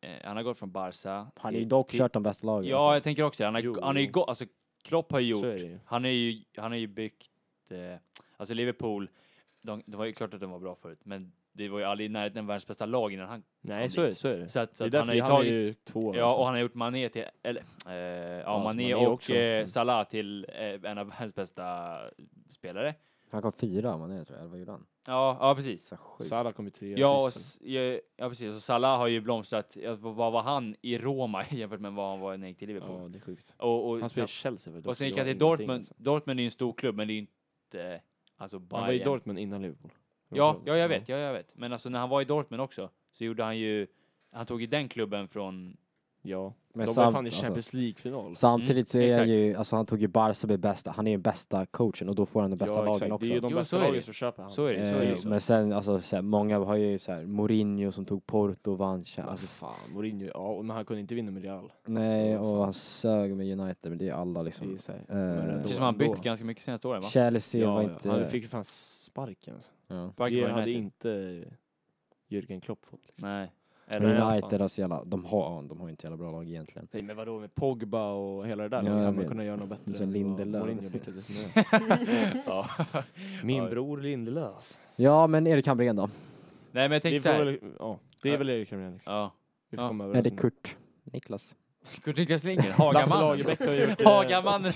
eh, han har gått från Barca. Han har ju till- dock till- kört de bästa lagen. Ja, jag tänker också det. Han har, Jo, han har ju jo. gått, alltså Klopp har ju Så är gjort, det ju. han är ju, han har ju byggt, eh, alltså Liverpool, de, det var ju klart att de var bra förut, men det var ju aldrig i närheten av världens bästa lag innan han Nej, kom så är det. dit. Så är det. Så att, så Det är att han därför har ju han är tagit, ju två. ja, alltså. och han har gjort Mané till, eller, eh, ja, Ja, Mané Mané och också. eh, Mm. Salah till eh, en av världens bästa spelare. Han kom fyra, man är tror jag. Eller vad gjorde han? Ja, ja precis. Så sjukt. Salah kom ju trea Ja, och, sist. s- ja, ja, precis. Och Salah har ju blomstrat. Ja, vad vad var han i Roma jämfört med vad han var när han gick till Liverpool? Ja, det är sjukt. Och, och, Han spelar i Chelsea för och sen gick det han var till ingenting, Dortmund. alltså. Dortmund är ju en stor klubb, men det är ju inte alltså Han var i Bayern. Dortmund innan Liverpool. Ja, ja, jag vet, ja, jag vet. Men alltså när han var i Dortmund också så gjorde han ju, han tog ju den klubben från, Ja. Men De var sam- fan i alltså, Champions League-final. Samtidigt så är Mm, han exakt. ju, alltså han tog ju Barca med bästa, han är ju bästa coachen och då får han den bästa ja, lagen exakt. också. Det är ju de Jo, bästa så är det. lagen som köper han. Så är det, så är det. Eh, men sen, alltså, så här, många har ju så här, Mourinho som tog Porto och vann. Ja, Alltså, fan, Mourinho, ja, men han kunde inte vinna med Real. nej, så och fan. han sög med United, men det är alla Det liksom. är så här, Eh, men det ändå, känns som han bytt ändå. ganska mycket senaste åren va? Chelsea Ja, var ja, inte... han fick ju fan sparken. Alltså. ja. Sparken Det på hade United. inte Jürgen Klopp fått. Liksom. Nej. Men Eller, United har så jävla, de har, de har inte så jävla bra lag egentligen. Nej, men vadå med Pogba och hela det där? Ja, Ja, jag hade man vet. kunnat göra något bättre Sen än vad Lindelöf. Mourinho lyckades med. ja. Min Ja. bror Lindelöf. Ja, men Erik Hamrén då? Nej men jag Det, tänkte får såhär. väl, ja, det är Ja. väl Erik Hamrén liksom. Ja. Vi får Ja. komma Är överens det om Kurt? Niklas? Kurt Niklas Lindgren, Lasse Hagamannen. Lagerbäck har gjort... eh, Hagamannen.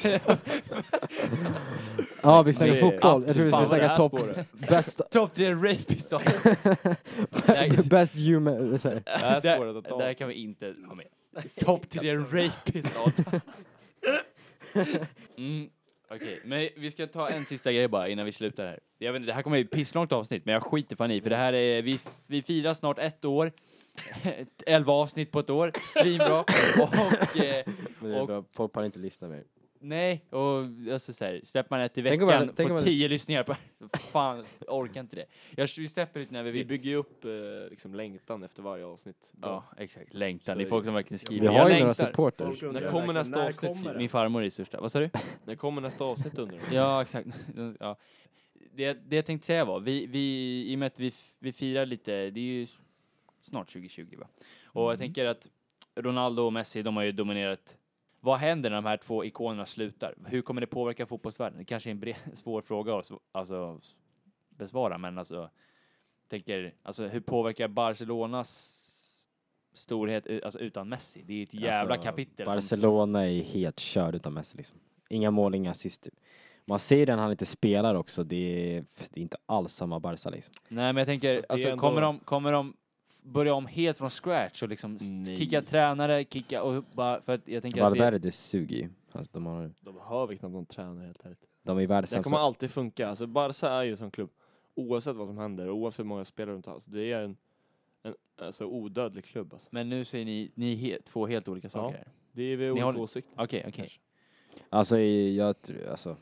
Ja, vi snackar det är fotboll. Jag tror vi fan ska vad det snacka här topp... spåret. Bästa... Topp tre rapist. Best human... så här. Det här spåret att Det ta. där kan vi inte ha med. Topp tre rapist. Mm. Okej, men vi ska ta en sista grej bara innan vi slutar här. Jag vet inte, det här kommer bli ett pisslångt avsnitt, men jag skiter fan i, för det här är, vi, vi firar snart ett år. Elva avsnitt på ett år, svinbra. Och, eh, Men det är Och- bra, folk har inte lyssnat mer. nej, och alltså så här, släpper man ett i Tänk om veckan, jag- tänk om får jag- tio lyssningar på, fan, jag orkar inte det. Jag, vi släpper lite när vi Vi vill. bygger ju upp eh, liksom längtan efter varje avsnitt. Ja, exakt. Längtan. Så Det är är folk det. som verkligen skriver. Vi Jag har ju några längtar. supporters. Folk undrar När kommer verkligen, nästa när avsnitt? kommer det? Min farmor är största. Vad sa du? När kommer nästa avsnitt undrar du? Ja, exakt. Ja. Det, det jag tänkte säga var, vi, vi, i och med att vi, f- vi firar lite, det är ju snart tjugo tjugo va? Och jag tänker att Ronaldo och Messi, de har ju dominerat. Vad händer när de här två ikonerna slutar? Hur kommer det påverka fotbollsvärlden? Det kanske är en bred, svår fråga att sv- alltså, besvara, men alltså, tänker, alltså hur påverkar Barcelonas storhet u- alltså, utan Messi? Det är ett jävla Alltså, kapitel. som- Barcelona är helt körd utan Messi liksom. Inga mål, inga assist typ. Man ser den han inte spelar också, det är, det är inte alls samma Barca liksom. Nej, men jag tänker, Fast det är alltså, ändå- kommer, de, kommer de f- börja om helt från scratch och liksom s- Nej. kicka tränare, kicka och bara, för att jag tänker att det, Valverde suger ju. Alltså, de, har, De behöver knappt någon tränare helt ärligt. de är världens Det sämsta. kommer alltid funka. Alltså Barca är ju som klubb, oavsett vad som händer, oavsett hur många spelare de tar, alltså, det är en, en alltså, odödlig klubb. Alltså. men nu säger ni, ni är he, två helt olika saker här. Det är vi Ni olika håller- åsikter. Okej, okej. kanske. Alltså, jag tror, alltså,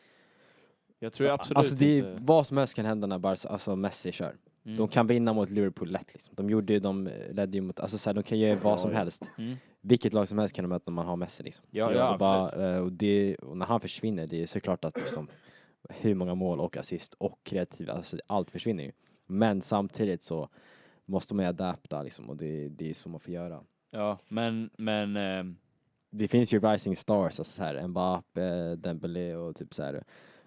Jag tror absolut alltså det är, inte... vad som helst kan hända när Barca, alltså Messi kör. Mm. De kan vinna mot Liverpool lätt liksom. De gjorde ju, de ledde ju mot, alltså så här, de kan göra vad Ja, som ja. helst. Mm. Vilket lag som helst kan de möta när man har Messi liksom. Ja, Och ja, bara, eh, och, det, och när han försvinner, det är såklart att liksom, hur många mål och assist och kreativa, alltså allt försvinner ju. Men samtidigt så måste man ju adapta liksom, och det, det är så man får göra. Ja, men, men, ehm, Det finns ju rising stars, alltså så här, Mbappé, Dembélé och typ så här.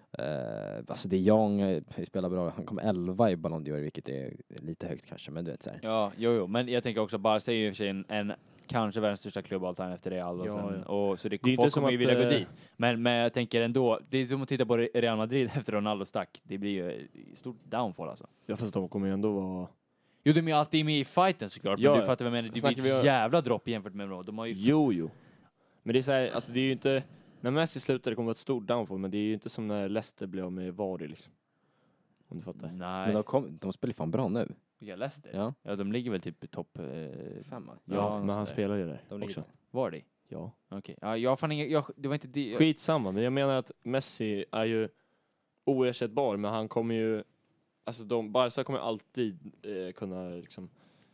Uh, alltså de Jong eh, spelar bra, han kom elva i Ballon d'Or, vilket är lite högt kanske, men du vet så här. ja, jo, jo, men jag tänker också, Barca är ju i och för sig en, en kanske världens största klubb all time efter Real och, Ja, sen, ja. och så det, Det är folk inte som kommer ju att, vilja gå eh, dit. Men, men jag tänker ändå, det är som att titta på Real Madrid efter Ronaldo stack. Det blir ju ett stort downfall alltså. Ja, fast de kommer ju ändå vara... Jo, de är ju alltid med i fighten såklart, Ja, men ja. du fattar vad jag menar, det blir Snackar vi ett om- jävla dropp jämfört med Ronaldo. De har ju... Jo, jo. Men det är så här, alltså det är ju inte... När Messi slutar det kommer vara ett stort downfall, men det är ju inte som när Leicester blev av med Vardy liksom. Om du fattar. Nej, Men de, kom, de spelar fan bra nu. vilka Leicester? Ja. Ja, de ligger väl typ i topp eh, Femma. Ja, Ja, men något han sånt där. spelar ju där De ligger också. där. Var det? Ja. Okej. Ja, jag fann inga, jag, det var inte det. Jag, Skitsamma, men jag menar att Messi är ju oersättbar, men han kommer ju... Alltså de, Barca kommer alltid eh, kunna liksom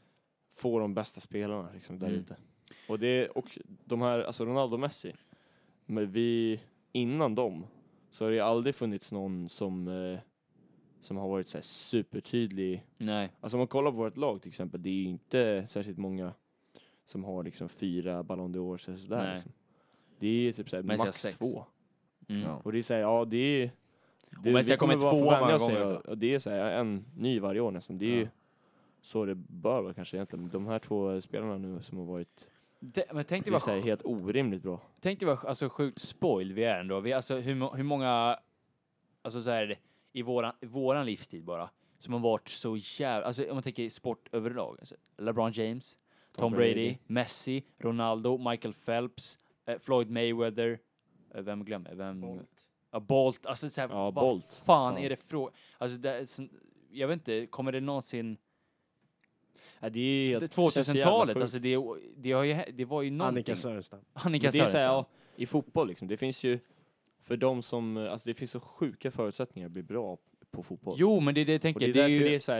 få de bästa spelarna liksom, där Mm. ute. Och, det, och de här, alltså Ronaldo och Messi, men vi, innan dem så har det aldrig funnits någon som, eh, som har varit så här supertydlig. nej. Alltså om man kollar på vårt lag till exempel, det är ju inte särskilt många som har liksom fyra Ballon d'Or så sådär Nej. liksom. Det är typ såhär Messi har max sex. två. Mm. Ja. Och det är såhär, ja det är... Det, Messi har kommit vara tvåa förvänja många sig, gånger och, också. och det är såhär en ny varje år nästan. Det är ju Ja. så det bör vara kanske egentligen. De här två spelarna nu som har varit, Det, men tänk det dig är vad, såhär helt orimligt bra. tänk dig vad alltså, sjukt spoiled vi är ändå. Vi, alltså, hur, må- hur många, alltså så här, i våran, i våran livstid bara, som har varit så jävla, alltså om man tänker sport överlag. Alltså, LeBron James, Tom, Tom Brady, Brady. Messi, Ronaldo, Michael Phelps, eh, Floyd Mayweather, eh, vem glömmer jag? Vem? Bolt. Ja, Bolt. Alltså så här, Ja, vad Bolt. fan, Fan. är det fråga? Alltså, det är, sån- jag vet inte, kommer det någonsin... Ja, det är helt, Det känns så jävla tvåtusentalet, sjukt. alltså det, det, har ju, det var ju någonting. Annika Sörenstam. Annika Men det är så här, Sörenstam. ja, i fotboll liksom, det finns ju för de som, alltså det finns så sjuka förutsättningar att bli bra på fotboll. Jo, men det är det jag och tänker. det är Det är därför ju... det är så här,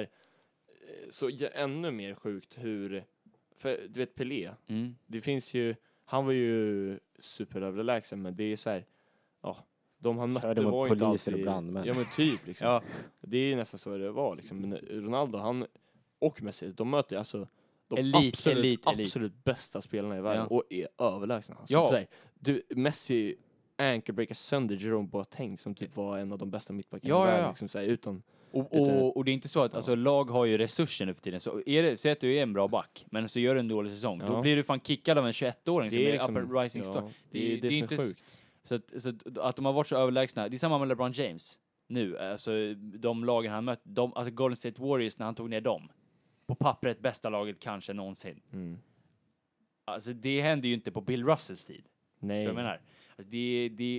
eh, så ja, ännu mer sjukt hur, för du vet Pelé, Mm. det finns ju, han var ju superöverlägsen, men det är så här, ja, de han mötte Körde mot var ju inte poliser och alltid, brandmän. ja men typ liksom. Ja. Det är nästan så det var liksom, men Ronaldo, han och Messi, de möter ju alltså de Elit, absolut, elit, elit. absolut bästa spelarna i världen Ja. och är överlägsna. Alltså, Ja. så här, du, Messi ankle-breakar sönder Jerome Boateng som typ var en av de bästa mittbackarna Ja, i ja, världen. ja. Liksom, så här, utan, Och, Utan- och, och det är inte så att Ja. alltså, lag har ju resurser nu för tiden. Så är det, säg att du är en bra back, men så gör du en dålig säsong. Då Ja. blir du fan kickad av en tjugoett-åring som är liksom- up and rising ja, star. det, är det, det är som inte är s- sjukt. Så, att, så att, att de har varit så överlägsna. Det är samma med LeBron James nu. Alltså, de lagen han mött, de, alltså Golden State Warriors när han tog ner dem. På pappret bästa laget kanske någonsin. Mm. Alltså det hände ju inte på Bill Russells tid. Nej. Jag menar. Alltså, det, det är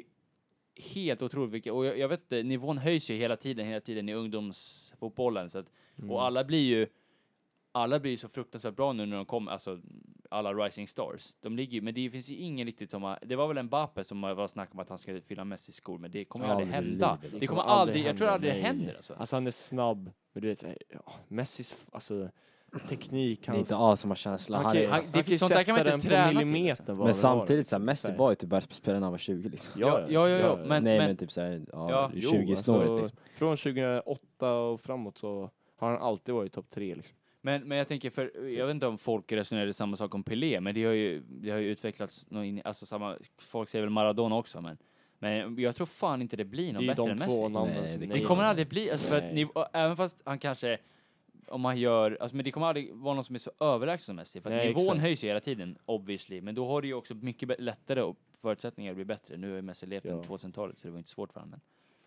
helt otroligt vilket, och jag, jag vet inte, nivån höjs ju hela tiden, hela tiden i ungdomsfotbollen. Så att, Mm. och alla blir ju alla blir ju så fruktansvärt bra nu när de kommer, alltså alla Rising Stars. De ligger ju, men det finns ju ingen riktigt som har, det var väl en Mbappé som var snack om att han skulle fylla Messis skor, men det kommer ju aldrig Aldrig i hända. livet. Det kommer aldrig, jag tror hända, aldrig det nej. händer alltså. Alltså han är snabb, men du vet, så här, ja, Messis f- alltså, teknik, Det är hans... inte alls samma känsla. Han Han kan, är, han, det han finns kan sånt där kan man sätta inte den träna på till, millimetern. alltså. vad men det samtidigt såhär, var. Messi var ju typ världsspelare när han var tjugo liksom. Ja, ja, ja, ja, men, Nej men, men typ såhär, ja, Ja, Jo, tjugo-snåret alltså, liksom. Från tjugohundraåtta och framåt så har han alltid varit topp tre liksom. men, men jag tänker, för jag vet inte om folk resonerade samma sak om Pelé, men det har ju, det har ju utvecklats, någon in, alltså samma, folk säger väl Maradona också, men, men jag tror fan inte det blir någon Det är bättre de än två Messi. namnen Nej, som... det Det kommer aldrig bli, alltså för att Nej. ni, även fast han kanske, om man gör, alltså men det kommer aldrig vara någon som är så överlägsen som Messi, för att Nej, nivån exakt. höjs ju hela tiden, obviously, men då har du ju också mycket bä- lättare och förutsättningar att bli bättre. Nu har ju Messi levt Ja. sedan tvåtusentalet, så det var inte svårt för honom.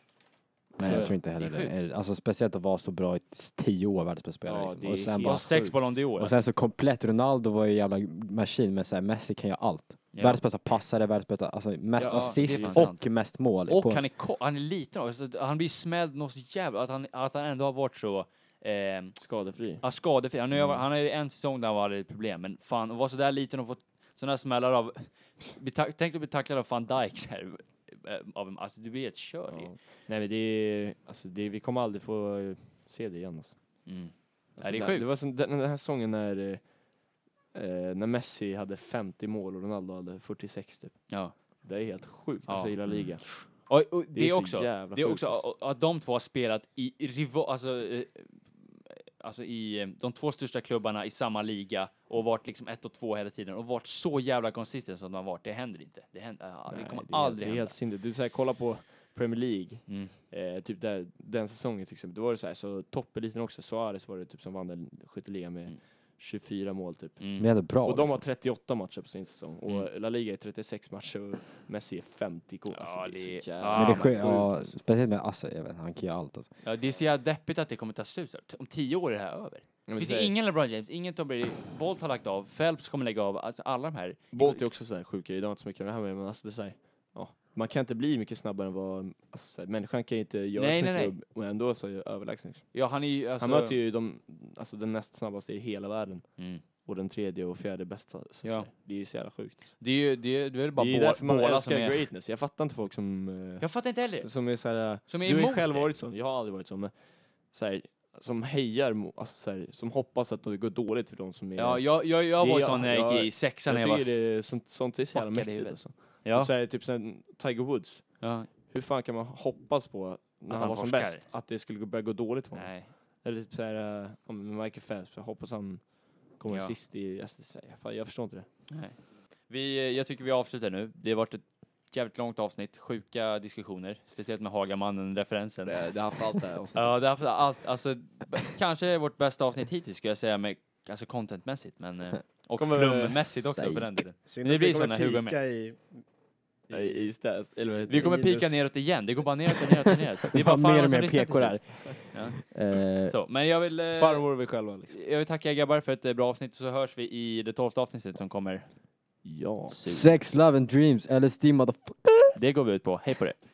Nej Så- jag tror inte heller det är det. Alltså speciellt att vara så bra i tio år världsbästa spelare Ja, liksom. det är Och sen helt bara Och sex sjukt. Ballon d'Or. och sen så komplett, Ronaldo var ju en jävla maskin, men såhär, Messi kan göra allt. Ja. Världens bästa passare, världens bästa, alltså mest Ja, det är assist fan och sant. mest mål. Och på, han är, ko- han är liten också, så han blir smälld något så jävla, att han, att han ändå har varit så eh, Skadefri. ja, skadefri. Han, har ju- Mm. han har ju en säsong där han var ett problem, men fan, att vara så där liten och få sådana här smällar av, bli ta- tänk att bli tacklad av Van Dijk så här, eh, av, en- alltså det blir ett kör. Ja. Nej men det är, alltså det, vi kommer aldrig få eh, se det igen alltså. Mm. Alltså, det är det, sjukt. det var som, den, den här säsongen när, eh, eh, när Messi hade femtio mål och Ronaldo hade fyrtiosex typ. Ja. Det är helt sjukt Ja. alltså i La Liga. Och, och det, Det är är så också, jävla det är sjukt, också alltså. att- att de två har spelat i, i rival, alltså, eh, alltså i eh, de två största klubbarna i samma liga och varit liksom ett och två hela tiden och varit så jävla konsistent som de har varit. Det händer inte. Det, händer, ja, det Nej, kommer det är, aldrig Det är hända. helt sinnigt. Du säger kolla på Premier League. Mm. Eh, typ där, den säsongen till exempel, då var det så här, så toppeliten också, Suarez var det typ som vann den skytteligan med Mm. tjugofyra mål typ. Mm. det är ändå bra Och de har liksom. trettioåtta matcher på sin säsong, och Mm. La Liga är trettiosex matcher och Messi är femtio gånger. Ja, Alltså, det är det- så ja, jävla Men det men sker, sjukt, ja, alltså. speciellt med Assa, jag vet, han kan göra allt alltså. Ja, det är så jävla deppigt att det kommer ta slut. så här. Om tio år är det här över. Men Det vi finns ju säger- ingen LeBron James, ingen Tom Brady. Bolt har lagt av, Phelps kommer lägga av, alltså alla de här. Bolt är också sådär sjukare, det har inte så mycket med det här med, men alltså det är så här, ja, man kan inte bli mycket snabbare än vad, alltså, så här, människan kan ju inte göra Nej, så nej, mycket och ändå så är jag överlägsen. Liksom. Ja, han är ju alltså... Han möter ju de, alltså den näst snabbaste i hela världen, Mm. och den tredje och fjärde bästa. Så Ja. ja. Det är ju så jävla sjukt. Det är ju det är, det är bara Det är ju bå- därför man båda älskar som är... greatness. Jag fattar inte folk som, eh, Jag fattar inte heller. som är såhär, Som är du har ju emot själv det. varit sån, jag har aldrig varit sån, men såhär, som hejar, mo- alltså såhär, som hoppas att det går dåligt för de som är... Ja, jag, jag, jag Det var är- sån när jag jag- gick i sexan när jag jag var... tycker det är, sånt, sånt är så jävla fuckad i mäktigt huvudet. alltså. Ja, Såhär, typ såhär, Tiger Woods, ja, hur fan kan man hoppas på när Att han, han var som torskar. bäst att det skulle gå- börja gå dåligt för honom? nej. Eller typ såhär, uh, Michael Phelps, jag hoppas han kommer Ja. sist i S T C. Fan, jag förstår inte det. Nej. Vi, jag tycker vi avslutar nu. Det har varit ett jävligt långt avsnitt. Sjuka diskussioner. Speciellt med Hagamannen-referensen. Det, det har haft allt det här. Ja, det har haft allt. Alltså, b- kanske vårt bästa avsnitt hittills skulle jag säga. Med, alltså contentmässigt. Men, eh, och Kommer- flummässigt också Säg. för den delen. Synd Men det att blir vi så kommer när Hugo är med. pika i... I, i stäs, eller vad heter Vi det? kommer Minus- pika neråt igen. Det går bara neråt och neråt och neråt. Det är bara Fan, farmor mer och som mer lyssnar P K till där. slut. Ja. Eh, Så, men jag vill, eh, Farmor vi själva liksom. jag vill tacka grabbar för ett eh, bra avsnitt. Så hörs vi i det tolfte avsnittet som kommer. Ja. Sex, love and dreams, L S D motherfucker. Det går vi ut på. Hej på det.